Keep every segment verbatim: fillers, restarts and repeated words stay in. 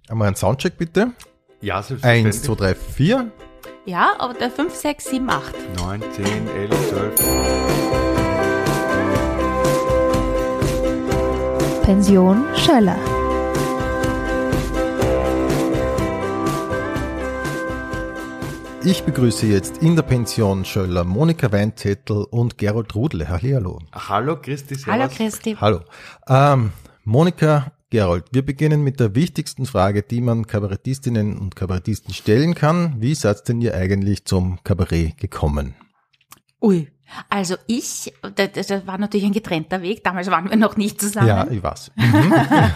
Einmal einen Soundcheck bitte. Ja, selbstverständlich. Eins, zwei, drei, vier. Ja, aber der fünf, sechs, sieben, acht. neun, zehn, elf, zwölf. Pension Schöller. Ich begrüße jetzt in der Pension Schöller Monika Weinzettel und Gerold Rudle. Hallihallo. Hallo Christi, servus. Hallo Christi. Hallo. Ähm, Monika, Gerold, wir beginnen mit der wichtigsten Frage, die man Kabarettistinnen und Kabarettisten stellen kann. Wie seid denn ihr eigentlich zum Kabarett gekommen? Ui, also ich, das, das war natürlich ein getrennter Weg, damals waren wir noch nicht zusammen. Ja, ich weiß. Mhm.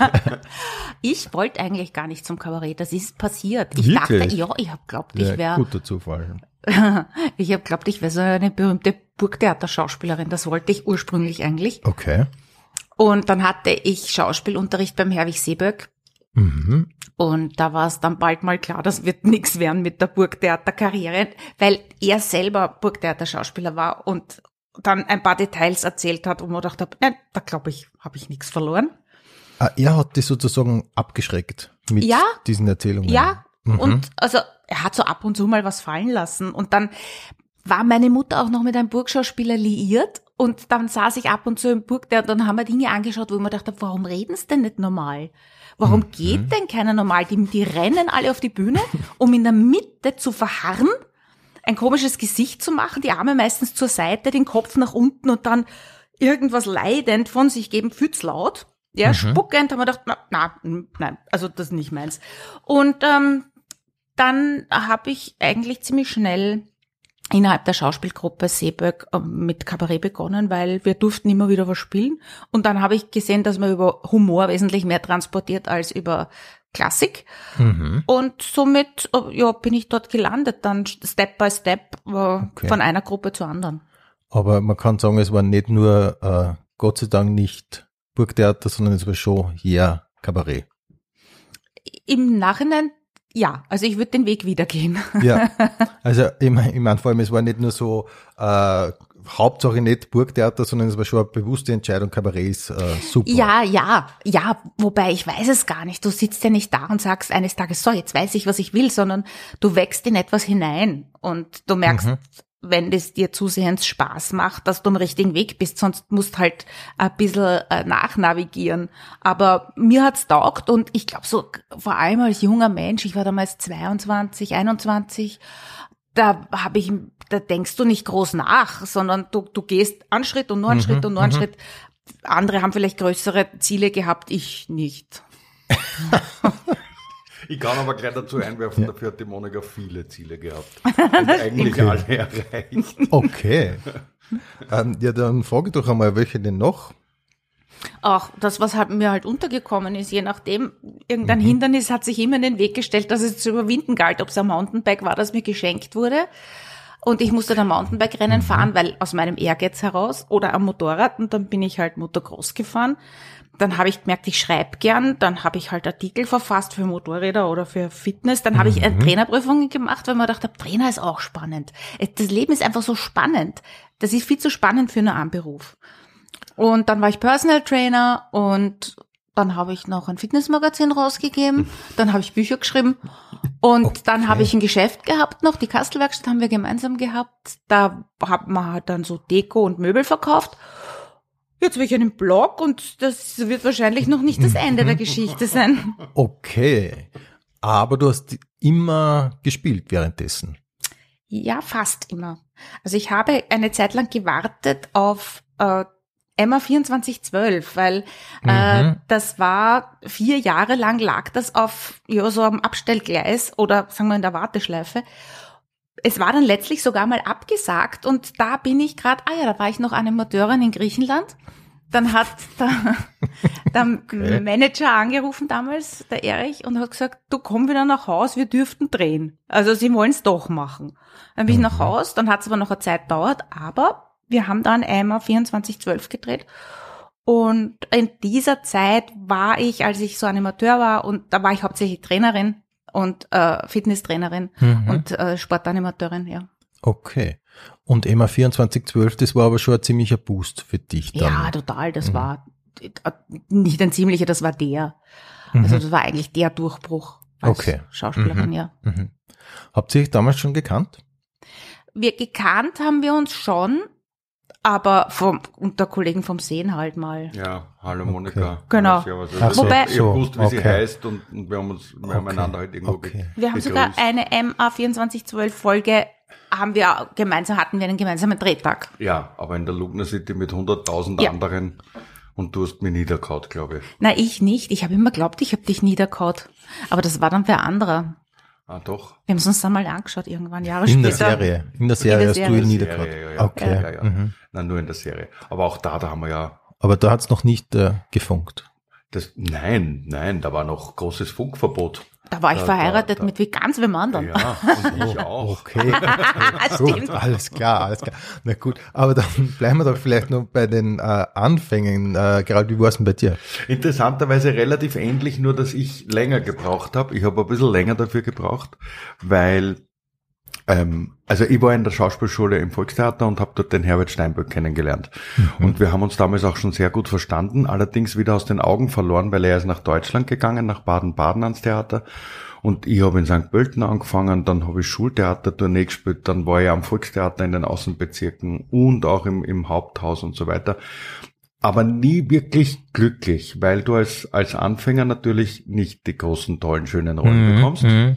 Ich wollte eigentlich gar nicht zum Kabarett, das ist passiert. Ich Wirklich? dachte, ja, ich habe glaubt, ich Ja, wäre, guter Zufall. ich habe glaubt, ich wäre so eine berühmte Burgtheaterschauspielerin, das wollte ich ursprünglich eigentlich. Okay. Und dann hatte ich Schauspielunterricht beim Herwig Seeböck. Mhm. Und da war es dann bald mal klar, das wird nichts werden mit der Burgtheaterkarriere, weil er selber Burgtheaterschauspieler war und dann ein paar Details erzählt hat und man dachte, nein, da glaube ich, habe ich nichts verloren. Ah, er hat dich sozusagen abgeschreckt mit Ja. diesen Erzählungen. Ja, Mhm. und also er hat so ab und zu mal was fallen lassen und dann war meine Mutter auch noch mit einem Burgschauspieler liiert und dann saß ich ab und zu im Burgtheater und dann haben wir Dinge angeschaut, wo ich mir dachte, warum reden sie denn nicht normal? Warum Mhm. geht denn keiner normal? Die, die rennen alle auf die Bühne, um in der Mitte zu verharren, ein komisches Gesicht zu machen, die Arme meistens zur Seite, den Kopf nach unten und dann irgendwas leidend von sich geben, laut. Ja, Mhm. spuckend, haben wir gedacht, na, na, nein, also das ist nicht meins. Und ähm, dann habe ich eigentlich ziemlich schnell innerhalb der Schauspielgruppe Seeböck mit Kabarett begonnen, weil wir durften immer wieder was spielen. Und dann habe ich gesehen, dass man über Humor wesentlich mehr transportiert als über Klassik. Mhm. Und somit ja, bin ich dort gelandet, dann Step by Step äh, Okay. von einer Gruppe zur anderen. Aber man kann sagen, es war nicht nur, äh, Gott sei Dank nicht Burgtheater, sondern es war schon eher Kabarett. Im Nachhinein, ja, also ich würde den Weg wieder gehen. Ja, also ich meine, ich mein, vor allem, es war nicht nur so, äh, Hauptsache nicht Burgtheater, sondern es war schon eine bewusste Entscheidung, Kabarett ist äh, super. Ja, ja, ja, wobei ich weiß es gar nicht. Du sitzt ja nicht da und sagst eines Tages, so, jetzt weiß ich, was ich will, sondern du wächst in etwas hinein und du merkst, Mhm. wenn es dir zusehends Spaß macht, dass du am richtigen Weg bist, sonst musst halt ein bisschen äh, nachnavigieren. Aber mir hat's taugt und ich glaube so, vor allem als junger Mensch, ich war damals zweiundzwanzig, einundzwanzig, da habe ich, da denkst du nicht groß nach, sondern du, du gehst einen Schritt und nur einen Mhm, Schritt und nur einen mhm. Schritt. Andere haben vielleicht größere Ziele gehabt, ich nicht. Ich kann aber gleich dazu einwerfen, dafür hat die Monika viele Ziele gehabt. Und eigentlich alle erreicht. Okay. ähm, ja, dann frage doch einmal, welche denn noch? Auch das, was halt mir halt untergekommen ist, je nachdem, irgendein Mhm. Hindernis hat sich immer in den Weg gestellt, dass es zu überwinden galt, ob es ein Mountainbike war, das mir geschenkt wurde. Und ich musste dann Mountainbike-Rennen Mhm. fahren, weil aus meinem Ehrgeiz heraus, oder am Motorrad, und dann bin ich halt Motocross gefahren. Dann habe ich gemerkt, ich schreibe gern, dann habe ich halt Artikel verfasst für Motorräder oder für Fitness, dann habe ich eine Mhm. Trainerprüfung gemacht, weil man dachte, Trainer ist auch spannend. Das Leben ist einfach so spannend. Das ist viel zu spannend für nur einen Beruf. Und dann war ich Personal Trainer und dann habe ich noch ein Fitnessmagazin rausgegeben, dann habe ich Bücher geschrieben und Okay. dann habe ich ein Geschäft gehabt noch, die Kastelwerkstatt haben wir gemeinsam gehabt, da hat man halt dann so Deko und Möbel verkauft. Jetzt habe ich einen Blog und das wird wahrscheinlich noch nicht das Ende der Geschichte sein. Okay. Aber du hast immer gespielt währenddessen. Ja, fast immer. Also ich habe eine Zeit lang gewartet auf äh, Emma vierundzwanzig zwölf, weil äh, Mhm. das war vier Jahre lang lag das auf ja so am Abstellgleis oder sagen wir in der Warteschleife. Es war dann letztlich sogar mal abgesagt und da bin ich gerade, ah ja, da war ich noch Animateurin in Griechenland. Dann hat der, der Okay. Manager angerufen damals, der Erich, und hat gesagt, du komm wieder nach Haus, wir dürften drehen. Also sie wollen es doch machen. Dann bin ich nach Haus, dann hat es aber noch eine Zeit gedauert, aber wir haben dann einmal vierundzwanzig zwölf gedreht. Und in dieser Zeit war ich, als ich so Animateur war, und da war ich hauptsächlich Trainerin und äh, Fitnesstrainerin Mhm. und äh, Sportanimateurin, ja. Okay. Und Emma vierundzwanzig zwölf, das war aber schon ein ziemlicher Boost für dich dann. Ja, total, das Mhm. war äh, nicht ein ziemlicher, das war der. Also das war eigentlich der Durchbruch als Okay. Schauspielerin, Mhm. ja. Mhm. Habt ihr euch damals schon gekannt? Wir gekannt haben wir uns schon, aber vom, unter Kollegen vom Sehen halt mal. Ja, hallo Monika. Genau. Servus. Ach so, Wobei- ich habe gewusst, wie sie okay. heißt und, und wir haben uns, wir haben Okay. einander halt irgendwo Okay. ge- Wir haben begrüßt. sogar eine M A vierundzwanzig zwölf Folge, haben wir gemeinsam, hatten wir einen gemeinsamen Drehtag. Ja, aber in der Lugner City mit hunderttausend Ja. anderen und du hast mich niedergehauen, glaube ich. Na, ich nicht. Ich habe immer geglaubt, ich habe dich niedergehauen. Aber das war dann wer anderer. Ah, doch. Wir haben es uns dann mal angeschaut, irgendwann Jahre In der später. Serie. In der Serie der hast Serie. du ihn In der niedergehauen. Serie, ja, ja. Okay. Ja, ja. Mhm. Nein, nur in der Serie. Aber auch da, da haben wir ja Aber da hat's noch nicht äh, gefunkt. das, nein, nein, da war noch großes Funkverbot. Da war ich Da- verheiratet da- da- mit wie ganz wem anderen. Ja, und ich auch. Okay. Stimmt. Gut, alles klar, alles klar. Na gut, aber dann bleiben wir doch vielleicht noch bei den äh, Anfängen. Äh, Gerald, wie war es denn bei dir? Interessanterweise relativ ähnlich, nur dass ich länger gebraucht habe. Ich habe ein bisschen länger dafür gebraucht, weil ähm, also ich war in der Schauspielschule im Volkstheater und habe dort den Herbert Steinböck kennengelernt. Und wir haben uns damals auch schon sehr gut verstanden, allerdings wieder aus den Augen verloren, weil er ist nach Deutschland gegangen, nach Baden-Baden ans Theater. Und ich habe in Sankt Pölten angefangen, dann habe ich Schultheater-Tournee gespielt, dann war ich am Volkstheater in den Außenbezirken und auch im, im Haupthaus und so weiter. Aber nie wirklich glücklich, weil du als, als Anfänger natürlich nicht die großen, tollen, schönen Rollen bekommst. Mhm.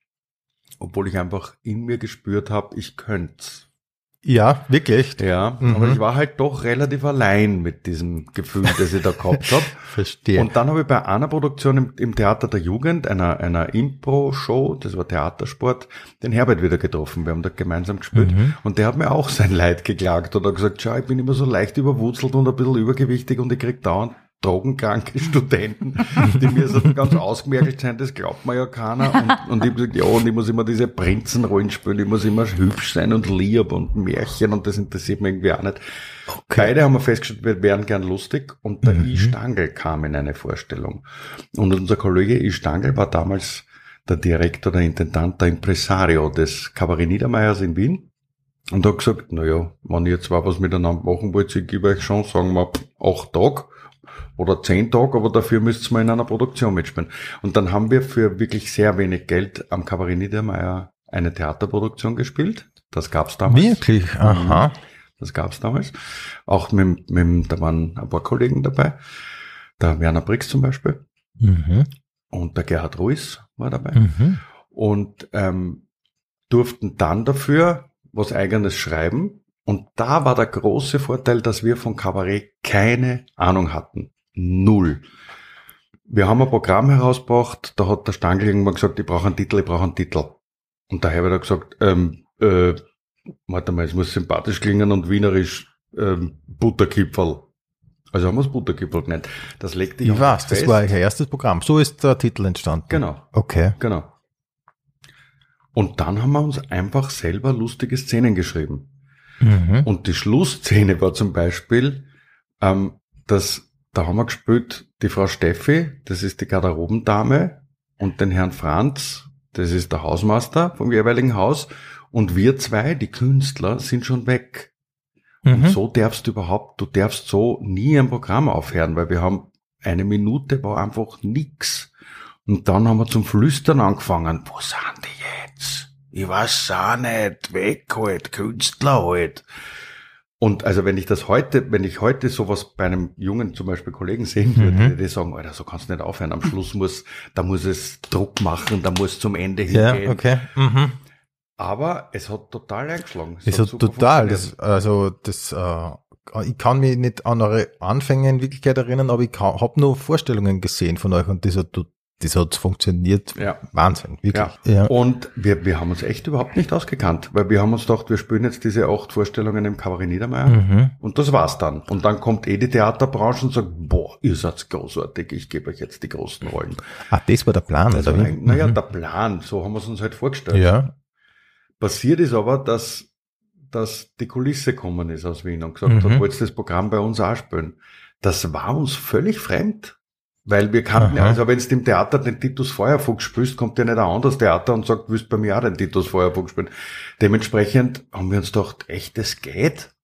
Obwohl ich einfach in mir gespürt habe, ich könnt's. Ja, wirklich. Ja, Mhm. aber ich war halt doch relativ allein mit diesem Gefühl, das ich da gehabt habe. Verstehe. Und dann habe ich bei einer Produktion im, im Theater der Jugend, einer, einer Impro-Show, das war Theatersport, den Herbert wieder getroffen. Wir haben da gemeinsam gespielt. Mhm. Und der hat mir auch sein Leid geklagt und hat gesagt, schau, ich bin immer so leicht überwurzelt und ein bisschen übergewichtig und ich krieg dauernd drogenkranke Studenten, die mir so ganz ausgemergelt sind, das glaubt mir ja keiner. Und, und ich habe gesagt, ja, und ich muss immer diese Prinzenrollen spielen, ich muss immer hübsch sein und lieb und Märchen und das interessiert mich irgendwie auch nicht. Beide haben wir festgestellt, wir wären gern lustig und der Mhm. I. Stangl kam in eine Vorstellung. Und unser Kollege I. Stangl war damals der Direktor, der Intendant, der Impresario des Kabarett Niedermeyers in Wien. Und hat gesagt, na ja, wenn ihr zwei was miteinander machen wollt, ich gebe euch schon, sagen wir, acht Tage oder zehn Tage, aber dafür müsst ihr mal in einer Produktion mitspielen. Und dann haben wir für wirklich sehr wenig Geld am Kabarett Niedermeyer eine Theaterproduktion gespielt. Das gab's damals. Wirklich? Aha. Das gab's damals. Auch mit, mit, da waren ein paar Kollegen dabei. Der Werner Brix zum Beispiel. Mhm. Und der Gerhard Ruiz war dabei. Mhm. Und ähm, durften dann dafür was Eigenes schreiben. Und da war der große Vorteil, dass wir von Kabarett keine Ahnung hatten. Null. Wir haben ein Programm herausgebracht, da hat der Stangl irgendwann gesagt, ich brauche einen Titel, ich brauche einen Titel. Und der Herbert hat gesagt, ähm, äh, warte mal, es muss sympathisch klingen und wienerisch ähm, Butterkipferl. Also haben wir es Butterkipferl genannt. Das legte ich Ich weiß, fest. das war ihr erstes Programm. So ist der Titel entstanden. Genau. Okay. Genau. Und dann haben wir uns einfach selber lustige Szenen geschrieben. Mhm. Und die Schlussszene war zum Beispiel, ähm, dass, da haben wir gespielt, die Frau Steffi, das ist die Garderobendame, und den Herrn Franz, das ist der Hausmeister vom jeweiligen Haus, und wir zwei, die Künstler, sind schon weg. Und Mhm. so darfst du überhaupt, du darfst so nie ein Programm aufhören, weil wir haben, eine Minute war einfach nix. Und dann haben wir zum Flüstern angefangen. Wo sind die jetzt? Ich weiß auch nicht. Weg halt, Künstler halt. Und also wenn ich das heute, wenn ich heute sowas bei einem jungen zum Beispiel Kollegen sehen würde, Mhm. würde ich sagen, Alter, so kannst du nicht aufhören. Am Schluss muss, da muss es Druck machen, da muss zum Ende Ja, hingehen. okay. Mhm. Aber es hat total eingeschlagen. Es hat hat super total, funktioniert. das, also das, äh, ich kann mich nicht an eure Anfänge in Wirklichkeit erinnern, aber ich habe nur Vorstellungen gesehen von euch und das hat, das hat funktioniert. Ja. Wahnsinn, wirklich. Ja. Ja. Und wir, wir haben uns echt überhaupt nicht ausgekannt, weil wir haben uns gedacht, wir spielen jetzt diese acht Vorstellungen im Kabarett Niedermeyer Mhm. und das war's dann. Und dann kommt eh die Theaterbranche und sagt, boah, ihr seid großartig, ich gebe euch jetzt die großen Rollen. Ah, das war der Plan, Also, oder wie? ein- naja, Mhm. der Plan, so haben wir es uns halt vorgestellt. Ja. Passiert ist aber, dass, dass die Kulisse gekommen ist aus Wien und gesagt Mhm. hat, wollt ihr das Programm bei uns auch spielen? Das war uns völlig fremd. Weil wir kannten, Aha. also wenn du im Theater den Titus Feuerfuchs spielst, kommt ja nicht ein anderes Theater und sagt, willst bei mir auch den Titus Feuerfuchs spielen. Dementsprechend haben wir uns gedacht, echt, das geht?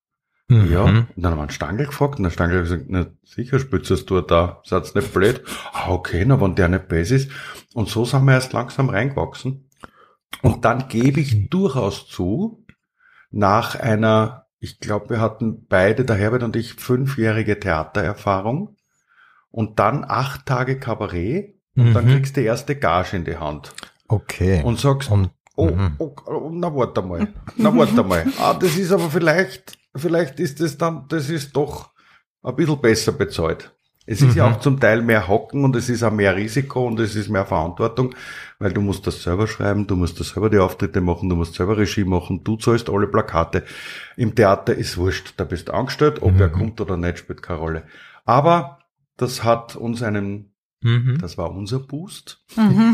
Mhm. Ja, und dann haben wir einen Stangl gefragt und der Stangl hat gesagt, na sicher spielst du da, seid's nicht blöd. Ah, okay, na wenn der nicht besser ist. Und so sind wir erst langsam reingewachsen. Und dann gebe ich durchaus zu, nach einer, ich glaube, wir hatten beide, der Herbert und ich, fünfjährige Theatererfahrung und dann acht Tage Kabarett und Mhm. dann kriegst du die erste Gage in die Hand Okay. und sagst, Und, oh, mhm. oh, oh, na warte mal, na warte mal. Ah, das ist aber vielleicht, vielleicht ist das dann, das ist doch ein bisschen besser bezahlt. Es ist Mhm. ja auch zum Teil mehr Hocken und es ist auch mehr Risiko und es ist mehr Verantwortung, weil du musst das selber schreiben, du musst das selber die Auftritte machen, du musst selber Regie machen, du zahlst alle Plakate. Im Theater ist wurscht, da bist du angestellt, ob Mhm. er kommt oder nicht, spielt keine Rolle. Aber das hat uns einen, Mhm. das war unser Boost.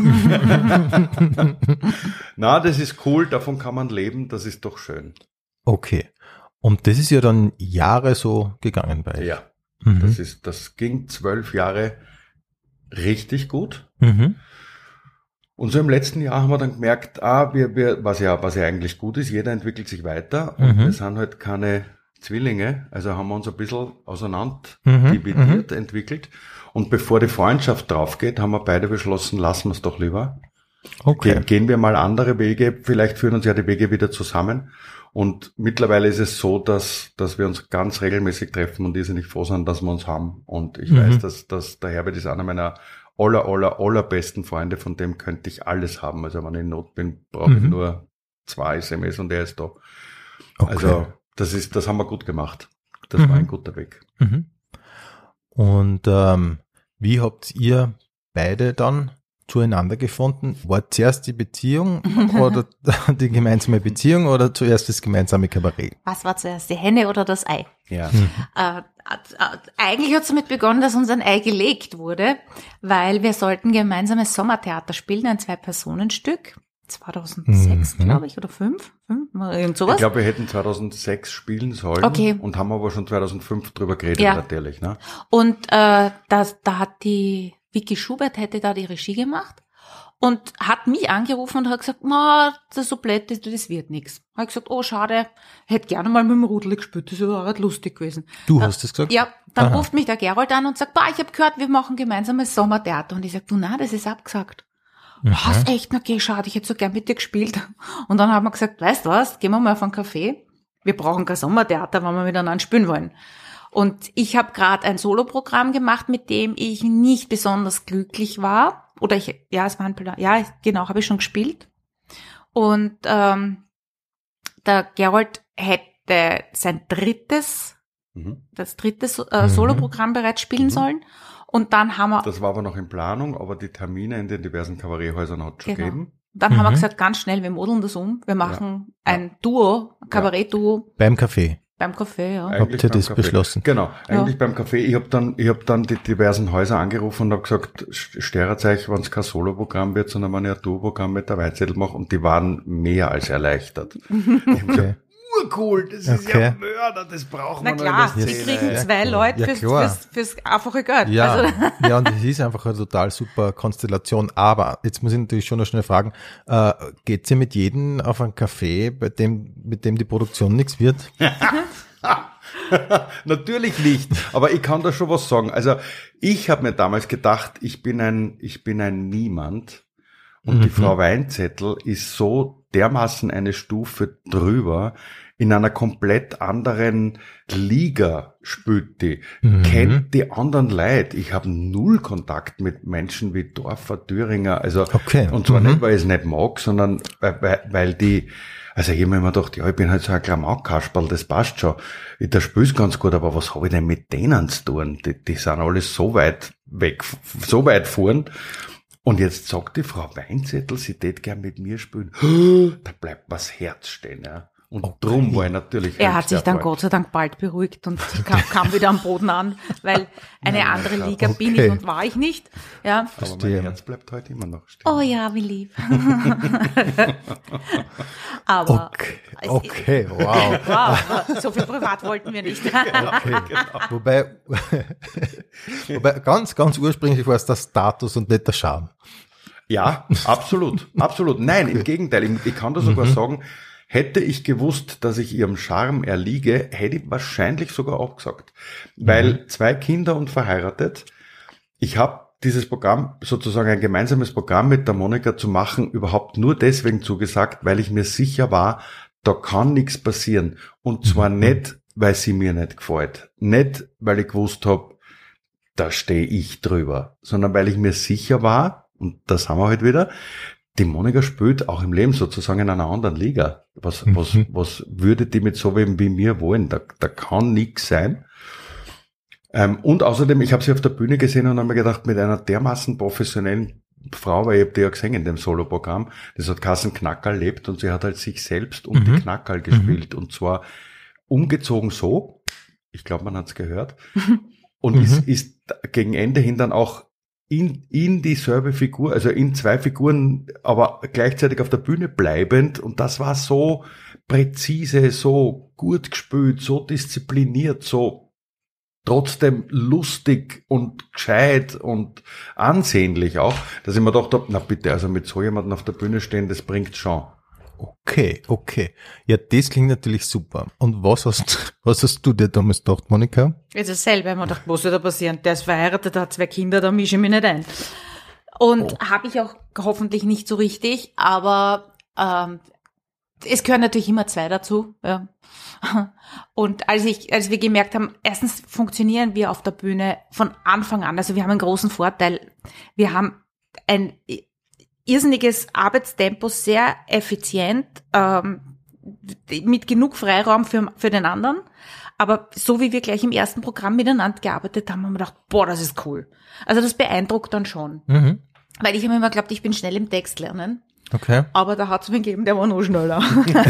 Mhm. Na, das ist cool, davon kann man leben, das ist doch schön. Okay. Und das ist ja dann Jahre so gegangen bei euch. Ja, Mhm. das ist, das ging zwölf Jahre richtig gut. Mhm. Und so im letzten Jahr haben wir dann gemerkt, ah, wir, wir, was ja, was ja eigentlich gut ist, jeder entwickelt sich weiter und Mhm. wir sind halt keine Zwillinge, also haben wir uns ein bisschen auseinander Mhm. dividiert, entwickelt. Und bevor die Freundschaft draufgeht, haben wir beide beschlossen, lassen wir es doch lieber. Okay. Ge- Gehen wir mal andere Wege, vielleicht führen uns ja die Wege wieder zusammen. Und mittlerweile ist es so, dass, dass wir uns ganz regelmäßig treffen und irrsinnig froh sind, dass wir uns haben. Und ich Mhm. weiß, dass, dass der Herbert ist einer meiner aller, aller, allerbesten Freunde, von dem könnte ich alles haben. Also wenn ich in Not bin, brauche ich Mhm. nur zwei S M S und er ist da. Okay. Also das ist, das haben wir gut gemacht. Das Mhm. war ein guter Weg. Mhm. Und ähm, wie habt ihr beide dann zueinander gefunden? War zuerst die Beziehung oder die gemeinsame Beziehung oder zuerst das gemeinsame Kabarett? Was war zuerst, die Henne oder das Ei? Ja. Äh, äh, eigentlich hat es damit begonnen, dass uns ein Ei gelegt wurde, weil wir sollten gemeinsames Sommertheater spielen, ein Zwei-Personen-Stück. zweitausendsechs, Mhm. glaube ich, oder fünf, fünf, irgend Ich sowas. glaube, wir hätten zweitausendsechs spielen sollen Okay. und haben aber schon zweitausendfünf drüber geredet, Ja. natürlich. Ne? Und äh, das, da hat die Vicky Schubert hätte da die Regie gemacht und hat mich angerufen und hat gesagt, ma, das Soublette, das wird nix. Habe ich gesagt, oh schade, hätte gerne mal mit dem Rudel gespielt, das wäre auch lustig gewesen. Du Äh, hast es gesagt? Ja, dann Aha. ruft mich der Gerold an und sagt, bah, ich habe gehört, wir machen gemeinsames Sommertheater. Und ich sag, du, na, das ist abgesagt. Mhm. Was, echt? Na, geh, schade, ich hätte so gern mit dir gespielt. Und dann haben wir gesagt, weißt du was, gehen wir mal auf einen Café. Wir brauchen kein Sommertheater, wenn wir miteinander spielen wollen. Und ich habe gerade ein Soloprogramm gemacht, mit dem ich nicht besonders glücklich war. Oder ich, ja, es war ein Plan. Ja, genau, habe ich schon gespielt. Und ähm, der Gerold hätte sein drittes, Mhm. das dritte So- äh, Mhm. Soloprogramm bereits spielen Mhm. sollen. Und dann haben wir, Das war aber noch in Planung, aber die Termine in den diversen Kabaretthäusern hat es schon Genau. gegeben. dann haben wir Mhm. gesagt, ganz schnell, wir modeln das um. Wir machen Ja. ein Duo, ein Kabarett-Duo Beim Café. beim Café, ja. Eigentlich Habt ihr beim das Café. beschlossen? Genau, eigentlich Ja. beim Café. Ich habe dann, ich hab dann die diversen Häuser angerufen und habe gesagt, stört euch, wenn es kein Soloprogramm wird, sondern wenn ich ein Duo-Programm mit der Weizzettel mache. Und die waren mehr als erleichtert. Ich hab gesagt, urcool, das ist Okay. ja Mörder, das brauchen Na wir klar, noch in der sie Szene. kriegen Ja, zwei klar. Leute Ja, fürs, klar. fürs, fürs einfache Geld. Ja, Also, ja, und es ist einfach eine total super Konstellation. Aber jetzt muss ich natürlich schon noch schnell fragen, äh, geht ihr mit jedem auf ein Café, bei dem, mit dem die Produktion nichts wird? Natürlich nicht, aber ich kann da schon was sagen. Also ich habe mir damals gedacht, ich bin ein, ich bin ein Niemand und die Mhm. Frau Weinzettel ist so dermaßen eine Stufe drüber, in einer komplett anderen Liga spielt die, Mhm. kennt die anderen Leute. Ich habe null Kontakt mit Menschen wie Dorfer, Thüringer, also Okay. und zwar Mhm. nicht, weil ich es nicht mag, sondern weil, weil, weil die, also ich habe mir immer gedacht, ja, ich bin halt so ein Klamaukkasperl, das passt schon. Ich, der spiel's ganz gut, aber was habe ich denn mit denen zu tun? Die, die sind alles so weit weg, so weit vorn. Und jetzt sagt die Frau Weinzettel, sie tät gern mit mir spielen. Da bleibt was Herz stehen, ja. Und Okay. drum war ich natürlich er hat höchst sich dann erfreut. Gott sei Dank bald beruhigt und kam, kam wieder am Boden an, weil eine Ja, andere klar. Liga bin Okay. ich und war ich nicht. Ja. Aber Verstehe. mein Herz bleibt heute immer noch stehen. Oh ja, wie lieb. Aber Okay, es- okay, wow. wow, so viel privat wollten wir nicht. Okay. Wobei, wobei ganz, ganz ursprünglich war es der Status und nicht der Charme. Ja, absolut, absolut. Nein, im Gegenteil. Ich, ich kann da sogar sagen, Hätte ich gewusst, dass ich ihrem Charme erliege, hätte ich wahrscheinlich sogar abgesagt. Weil mhm. zwei Kinder und verheiratet, ich habe dieses Programm, sozusagen ein gemeinsames Programm mit der Monika zu machen, überhaupt nur deswegen zugesagt, weil ich mir sicher war, da kann nichts passieren. Und zwar mhm. nicht, weil sie mir nicht gefällt. Nicht, weil ich gewusst habe, da stehe ich drüber. Sondern weil ich mir sicher war, und das haben wir halt wieder, die Monika spielt auch im Leben sozusagen in einer anderen Liga. Was, mhm. was, was würde die mit so wem wie mir wollen? Da, da kann nichts sein. Ähm, und außerdem, ich habe sie auf der Bühne gesehen und habe mir gedacht, mit einer dermaßen professionellen Frau, weil ich habe die ja gesehen in dem Soloprogramm, das hat Kassen Knackerl lebt und sie hat halt sich selbst und mhm. die Knackerl gespielt mhm. und zwar umgezogen so, ich glaube, man hat's gehört, und mhm. ist, ist gegen Ende hin dann auch in, in dieselbe Figur, also in zwei Figuren, aber gleichzeitig auf der Bühne bleibend und das war so präzise, so gut gespielt, so diszipliniert, so trotzdem lustig und gescheit und ansehnlich auch, dass ich mir gedacht habe, na bitte, also mit so jemandem auf der Bühne stehen, das bringt schon. Okay, okay. Ja, das klingt natürlich super. Und was hast, was hast du dir damals gedacht, Monika? Jetzt dasselbe, man dachte, was soll da passieren? Der ist verheiratet, hat zwei Kinder, da mische ich mich nicht ein. Und oh. habe ich auch hoffentlich nicht so richtig, aber ähm, es gehören natürlich immer zwei dazu, ja. Und als ich, als wir gemerkt haben, erstens funktionieren wir auf der Bühne von Anfang an, also wir haben einen großen Vorteil, wir haben ein irrsinniges Arbeitstempo, sehr effizient, ähm, mit genug Freiraum für, für den anderen, aber so wie wir gleich im ersten Programm miteinander gearbeitet haben, haben wir gedacht, boah, das ist cool. Also das beeindruckt dann schon, mhm. weil ich habe immer geglaubt, ich bin schnell im Text lernen. Okay. Aber da hat es einen gegeben, der war noch schneller.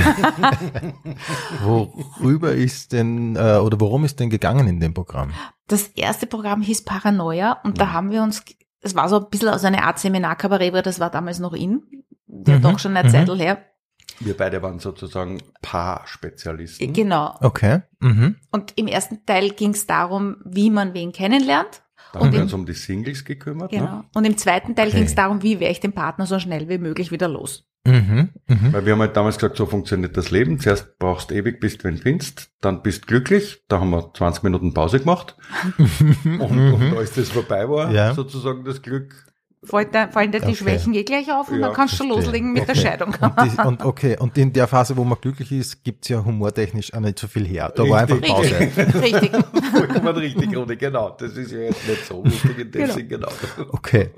Worüber ist denn, äh, oder worum ist denn gegangen in dem Programm? Das erste Programm hieß Paranoia und mhm. da haben wir uns, es war so ein bisschen aus einer Art Seminar-Kabarett, weil das war damals noch in, der mhm. doch schon eine mhm. Zeit her. Wir beide waren sozusagen Paar-Spezialisten. Genau. Okay. Mhm. Und im ersten Teil ging es darum, wie man wen kennenlernt. Da haben wir uns um die Singles gekümmert. Genau. Ne? Und im zweiten Teil Okay. ging es darum, wie werde ich den Partner so schnell wie möglich wieder los. Mhm. Mhm. Weil wir haben halt damals gesagt, so funktioniert das Leben. Zuerst brauchst ewig, bis du wen findest, dann bist glücklich. Da haben wir zwanzig Minuten Pause gemacht. und, und als das vorbei war, Ja. sozusagen das Glück. Fallen dir, fallen dir die Okay. Schwächen eh gleich auf und Ja, dann kannst du verstehe. loslegen mit Okay. der Scheidung. Und, die, und okay, und in der Phase, wo man glücklich ist, gibt's ja humortechnisch auch nicht so viel her. Da war einfach Richtig. Pause. Richtig. Vollkommen richtig, Rudi, genau. Das ist ja jetzt nicht so lustig in dem Genau. Sinn, genau. Okay.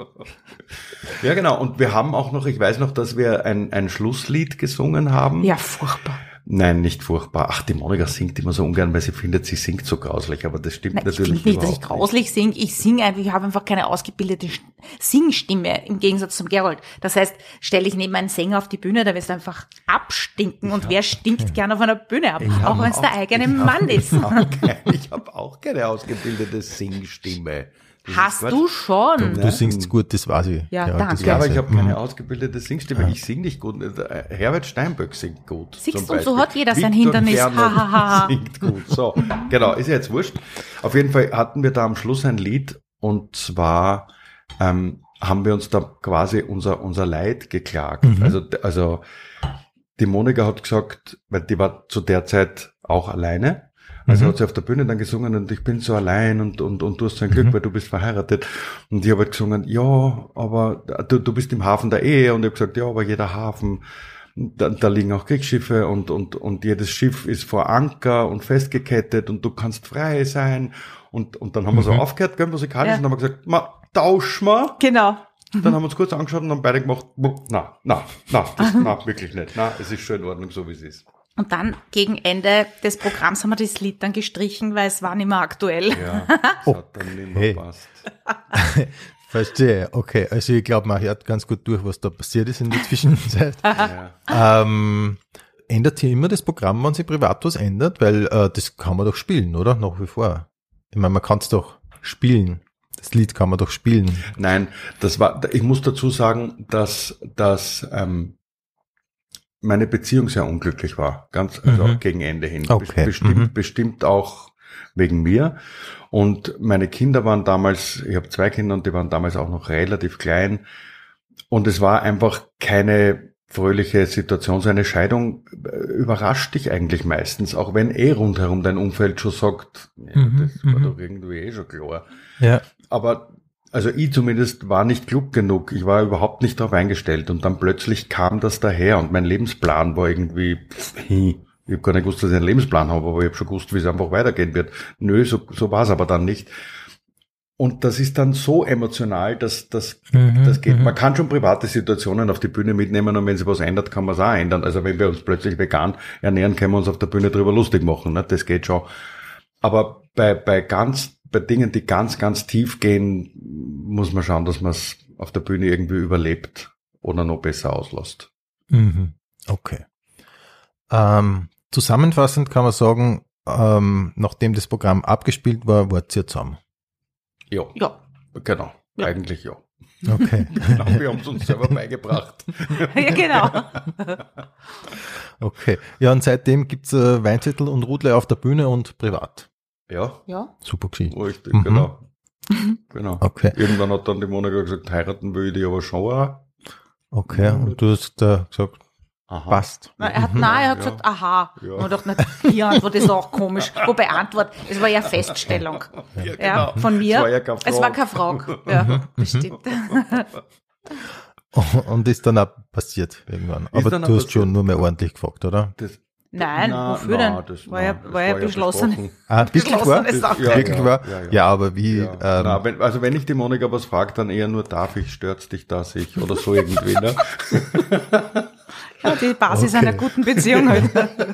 Ja, genau. Und wir haben auch noch, ich weiß noch, dass wir ein, ein Schlusslied gesungen haben. Ja, furchtbar. Nein, nicht furchtbar. Ach, die Monika singt immer so ungern, weil sie findet, sie singt so grauslich, aber das stimmt Nein, ich natürlich finde nicht, dass ich überhaupt grauslich singe. Ich singe einfach, ich habe einfach keine ausgebildete Sch- Singstimme im Gegensatz zum Gerold. Das heißt, stelle ich neben einen Sänger auf die Bühne, da wirst du einfach abstinken. Und wer stinkt gern auf einer Bühne ab? Auch wenn es der eigene Mann ist. Ich habe auch keine ausgebildete Singstimme. Das Hast ist du Quatsch. schon? Du singst gut, das weiß ich. Ja, das danke. Ja, aber weiß ich habe Mhm. keine ausgebildete Singstimme. Ich singe nicht gut. Herbert Steinböck singt gut. Siehst zum du, so Beispiel. hat jeder sein Victor Hindernis. Fernert Ha, ha, ha. singt gut. So, genau, ist ja jetzt wurscht. Auf jeden Fall hatten wir da am Schluss ein Lied und zwar ähm, haben wir uns da quasi unser unser Leid geklagt. Mhm. Also also die Monika hat gesagt, weil die war zu der Zeit auch alleine. Also Mhm. hat sie auf der Bühne dann gesungen und ich bin so allein und, und, und du hast so ein Glück, Mhm. weil du bist verheiratet. Und ich habe halt gesungen, ja, aber du, du bist im Hafen der Ehe. Und ich habe gesagt, ja, aber jeder Hafen, da, da liegen auch Kriegsschiffe und, und, und jedes Schiff ist vor Anker und festgekettet und du kannst frei sein. Und, und dann haben wir so Mhm. aufgehört, gell, musikalisch, Ja. und haben wir gesagt, ma, tausch mal. Genau. Dann haben wir uns kurz angeschaut und haben beide gemacht, na, na, na, das, na, wirklich nicht. Na, es ist schon in Ordnung, so wie es ist. Und dann gegen Ende des Programms haben wir das Lied dann gestrichen, weil es war nicht mehr aktuell. Ja, das hat dann nicht mehr Okay. gepasst. Verstehe, okay. Also ich glaube, man hört ganz gut durch, was da passiert ist in der Zwischenzeit. Ja. ähm, ändert sich immer das Programm, wenn sich privat was ändert? Weil äh, das kann man doch spielen, oder? Nach wie vor. Ich meine, man kann es doch spielen. Das Lied kann man doch spielen. Nein, das war, ich muss dazu sagen, dass, dass ähm, meine Beziehung sehr unglücklich war, ganz also Mhm. gegen Ende hin. Okay. Bestimmt, Mhm. bestimmt auch wegen mir. Und meine Kinder waren damals, ich habe zwei Kinder und die waren damals auch noch relativ klein. Und es war einfach keine fröhliche Situation. So eine Scheidung überrascht dich eigentlich meistens, auch wenn eh rundherum dein Umfeld schon sagt, ja, Mhm, das war mhm. doch irgendwie eh schon klar. Ja. Aber also ich zumindest war nicht klug genug. Ich war überhaupt nicht darauf eingestellt. Und dann plötzlich kam das daher und mein Lebensplan war irgendwie, pff, ich habe gar nicht gewusst, dass ich einen Lebensplan habe, aber ich habe schon gewusst, wie es einfach weitergehen wird. Nö, so, so war es aber dann nicht. Und das ist dann so emotional, dass das, Mhm, das geht. mhm. Man kann schon private Situationen auf die Bühne mitnehmen und wenn sich was ändert, kann man es auch ändern. Also wenn wir uns plötzlich vegan ernähren, können wir uns auf der Bühne drüber lustig machen. Ne? Das geht schon. Aber bei, bei ganz, bei Dingen, die ganz, ganz tief gehen, muss man schauen, dass man es auf der Bühne irgendwie überlebt oder noch besser auslässt. Mhm. Okay. Ähm, zusammenfassend kann man sagen, ähm, nachdem das Programm abgespielt war, wart ihr zusammen. Ja, Ja. genau. Ja. Eigentlich ja. Okay. Genau, wir haben es uns selber beigebracht. Ja, genau. Okay. Ja, und seitdem gibt's äh, Weinzettel und Rudle auf der Bühne und privat. Ja, Ja. Super Geschichte. richtig, Mhm. genau. Genau. Okay. Irgendwann hat dann die Monika gesagt, heiraten will ich die aber schon auch. Okay. Und du hast äh, gesagt, Aha. passt. Na, er hat, Mhm. nein, er hat Ja. gesagt, aha. Ja. Und ich dachte, na, die Antwort ist auch komisch. Wobei Antwort, es war ja Feststellung. Ja, Ja, genau. von mir. Es war ja keine Es war Frage. keine Frage. Ja, bestimmt. Und ist dann auch passiert irgendwann. Aber dann du auch hast passiert. schon nur mehr ordentlich gefragt, oder? Das, Nein, na, wofür na, denn? Das, War ja- na, das war ja beschlossen. besprochen. Ah, wirklich war? Beschlossene Sache. Ja, Wirklich ja, war? ja, ja. Ja, aber wie, Ja. ähm, Na, wenn, also wenn ich die Monika was frage, dann eher nur, darf ich, stört's dich, dass ich, oder so irgendwie, ne? Ja, die Basis Okay. einer guten Beziehung halt.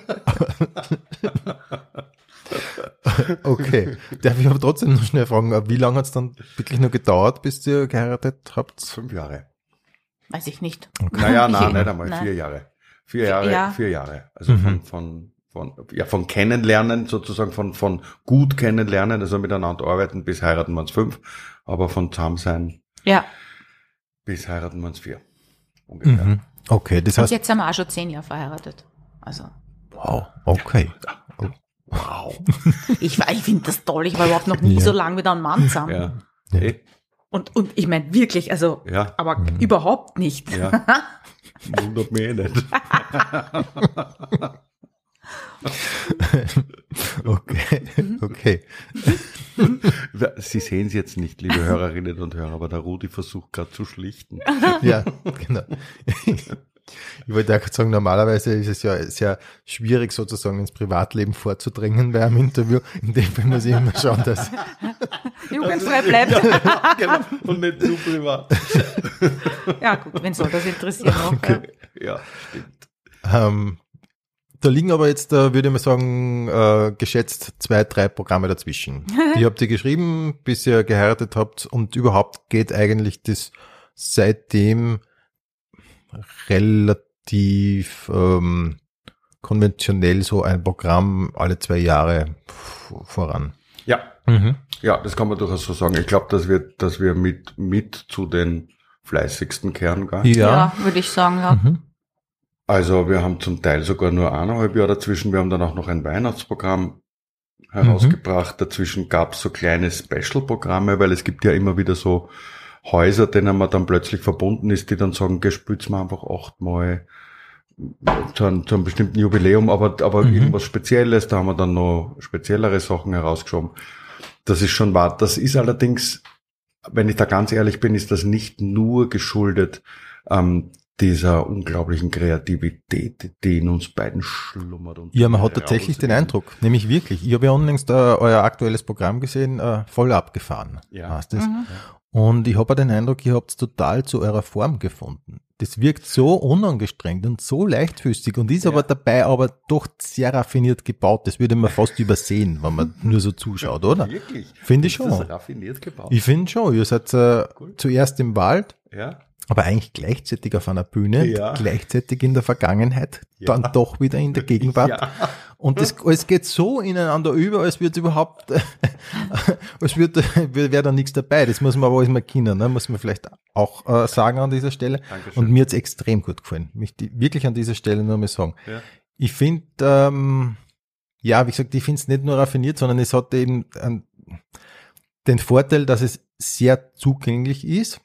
okay. Darf ich aber trotzdem noch schnell fragen, wie lange hat es dann wirklich nur gedauert, bis ihr geheiratet habt? Fünf Jahre. Weiß ich nicht. Naja, nein, Ich- nicht einmal, nein. vier Jahre. Vier Jahre, Ja. vier Jahre. Also Mhm. von, von, von, ja, von Kennenlernen, sozusagen von, von gut kennenlernen, also miteinander arbeiten, bis heiraten wir uns fünf, aber von Zusammensein Ja. bis heiraten wir uns vier. Ungefähr. Mhm. Okay, das Und heißt, jetzt sind wir auch schon zehn Jahre verheiratet. Also, wow, okay. Wow. ich, war- ich finde das toll. Ich war überhaupt noch nie Ja. so lange mit einem Mann zusammen. Ja. Ja. Eh? Und, und ich meine wirklich, also, Ja. aber überhaupt nicht. Ja. Wundert mich eh nicht. Okay, okay. Sie sehen es jetzt nicht, liebe Hörerinnen und Hörer, aber der Rudi versucht gerade zu schlichten. Ja, genau. Ich wollte auch sagen, normalerweise ist es ja sehr schwierig, sozusagen ins Privatleben vorzudringen bei einem Interview. In dem Fall muss ich immer schauen, dass, Jugendfrei bleibt. Ja, genau. Und nicht zu privat. Ja, gut, wen soll das interessieren noch? Okay. Ja, stimmt. ähm, da liegen aber jetzt, äh, würde ich mal sagen, äh, geschätzt zwei, drei Programme dazwischen. Die habt ihr geschrieben, bis ihr geheiratet habt, und überhaupt geht eigentlich das seitdem relativ ähm, konventionell so ein Programm alle zwei Jahre f- voran. Ja, Mhm. ja, das kann man durchaus so sagen. Ich glaube, dass wir, dass wir mit, mit zu den fleißigsten kehren, gell? Ja. Ja, würde ich sagen, ja. Mhm. Also wir haben zum Teil sogar nur eineinhalb Jahre dazwischen. Wir haben dann auch noch ein Weihnachtsprogramm herausgebracht. Dazwischen gab es so kleine Special-Programme, weil es gibt ja immer wieder so Häuser, denen man dann plötzlich verbunden ist, die dann sagen, gespült's mal einfach achtmal zu einem, zu einem bestimmten Jubiläum, aber, aber Mhm. irgendwas Spezielles. Da haben wir dann noch speziellere Sachen herausgeschoben. Das ist schon wahr. Das ist allerdings, wenn ich da ganz ehrlich bin, ist das nicht nur geschuldet ähm, dieser unglaublichen Kreativität, die in uns beiden schlummert. Und Ja, man hat tatsächlich den Eindruck, nämlich wirklich. Ich habe ja unlängst äh, euer aktuelles Programm gesehen, äh, voll abgefahren, Ja. heißt es. Mhm. Und ich habe den Eindruck, ihr habt total zu eurer Form gefunden. Das wirkt so unangestrengt und so leichtfüßig und ist Ja. aber dabei aber doch sehr raffiniert gebaut. Das würde man fast übersehen, wenn man nur so zuschaut, oder? Wirklich? Finde ich Ist das schon. raffiniert gebaut? Ich finde schon, ihr seid äh, Cool. zuerst im Wald, Ja. aber eigentlich gleichzeitig auf einer Bühne, Ja. gleichzeitig in der Vergangenheit, Ja. dann doch wieder in der Gegenwart. Ja. Und das, es geht so ineinander über, als wird überhaupt, als wird, wäre da nichts dabei. Das muss man aber alles mal kennen, ne? Muss man vielleicht auch äh, sagen an dieser Stelle. Dankeschön. Und mir hat's extrem gut gefallen. Möchte ich wirklich an dieser Stelle nur mal sagen. Ja. Ich finde, ähm, ja, wie gesagt, ich finde es nicht nur raffiniert, sondern es hat eben ähm, den Vorteil, dass es sehr zugänglich ist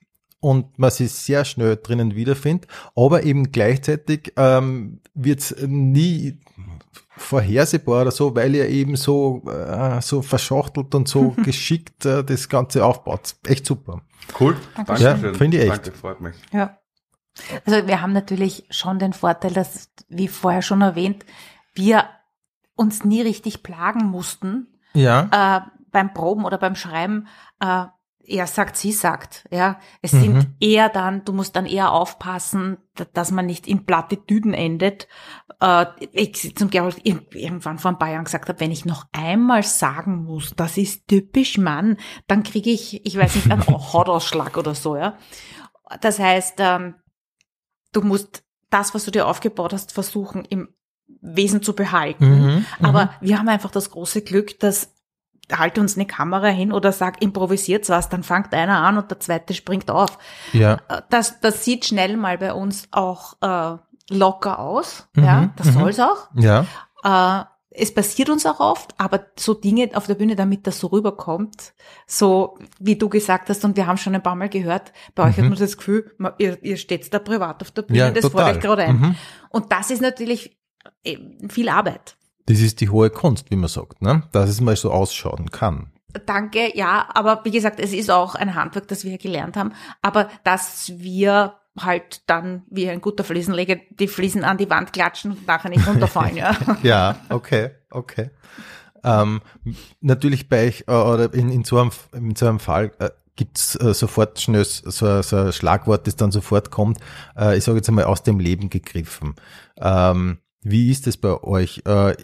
und man sich sehr schnell drinnen wiederfindet, aber eben gleichzeitig ähm, wird's nie vorhersehbar oder so, weil ihr eben so äh, so verschachtelt und so geschickt äh, das Ganze aufbaut. Echt super. Cool. Dankeschön. Ja, Dankeschön. finde ich echt. Danke, freut mich. Ja. Also wir haben natürlich schon den Vorteil, dass, wie vorher schon erwähnt, wir uns nie richtig plagen mussten Ja. äh, beim Proben oder beim Schreiben. Äh, er sagt, sie sagt. Ja, es Mhm. sind eher dann, du musst dann eher aufpassen, da- dass man nicht in Plattitüden endet. Äh, ich zum Gerold irgendwann vor ein paar Jahren gesagt habe, wenn ich noch einmal sagen muss, das ist typisch Mann, dann kriege ich, ich weiß nicht, einen Hautausschlag oder so. Ja, das heißt, ähm, du musst das, was du dir aufgebaut hast, versuchen im Wesen zu behalten. Mhm, Aber wir haben einfach das große Glück, dass halte uns eine Kamera hin oder sag, improvisiert was, dann fängt einer an und der zweite springt auf. Ja. Das, das sieht schnell mal bei uns auch äh, locker aus. Mhm, Ja, das mhm. soll's auch. Ja. Äh, es passiert uns auch oft, aber so Dinge auf der Bühne, damit das so rüberkommt, so wie du gesagt hast, und wir haben schon ein paar Mal gehört, bei euch hat man das Gefühl, man, ihr, ihr steht da privat auf der Bühne, Ja, das total. fällt euch gerade ein. Mhm. Und das ist natürlich äh, viel Arbeit. Das ist die hohe Kunst, wie man sagt, ne? Dass es mal so ausschauen kann. Danke, ja, aber wie gesagt, es ist auch ein Handwerk, das wir gelernt haben, aber dass wir halt dann wie ein guter Fliesenleger die Fliesen an die Wand klatschen und nachher nicht runterfallen, ja. Ja, okay, okay. Ähm, natürlich bei euch, äh, oder in, in, so einem, in so einem Fall äh, gibt's äh, sofort schnell so, so ein Schlagwort, das dann sofort kommt, äh, ich sage jetzt einmal aus dem Leben gegriffen. Ähm, wie ist es bei euch? Äh,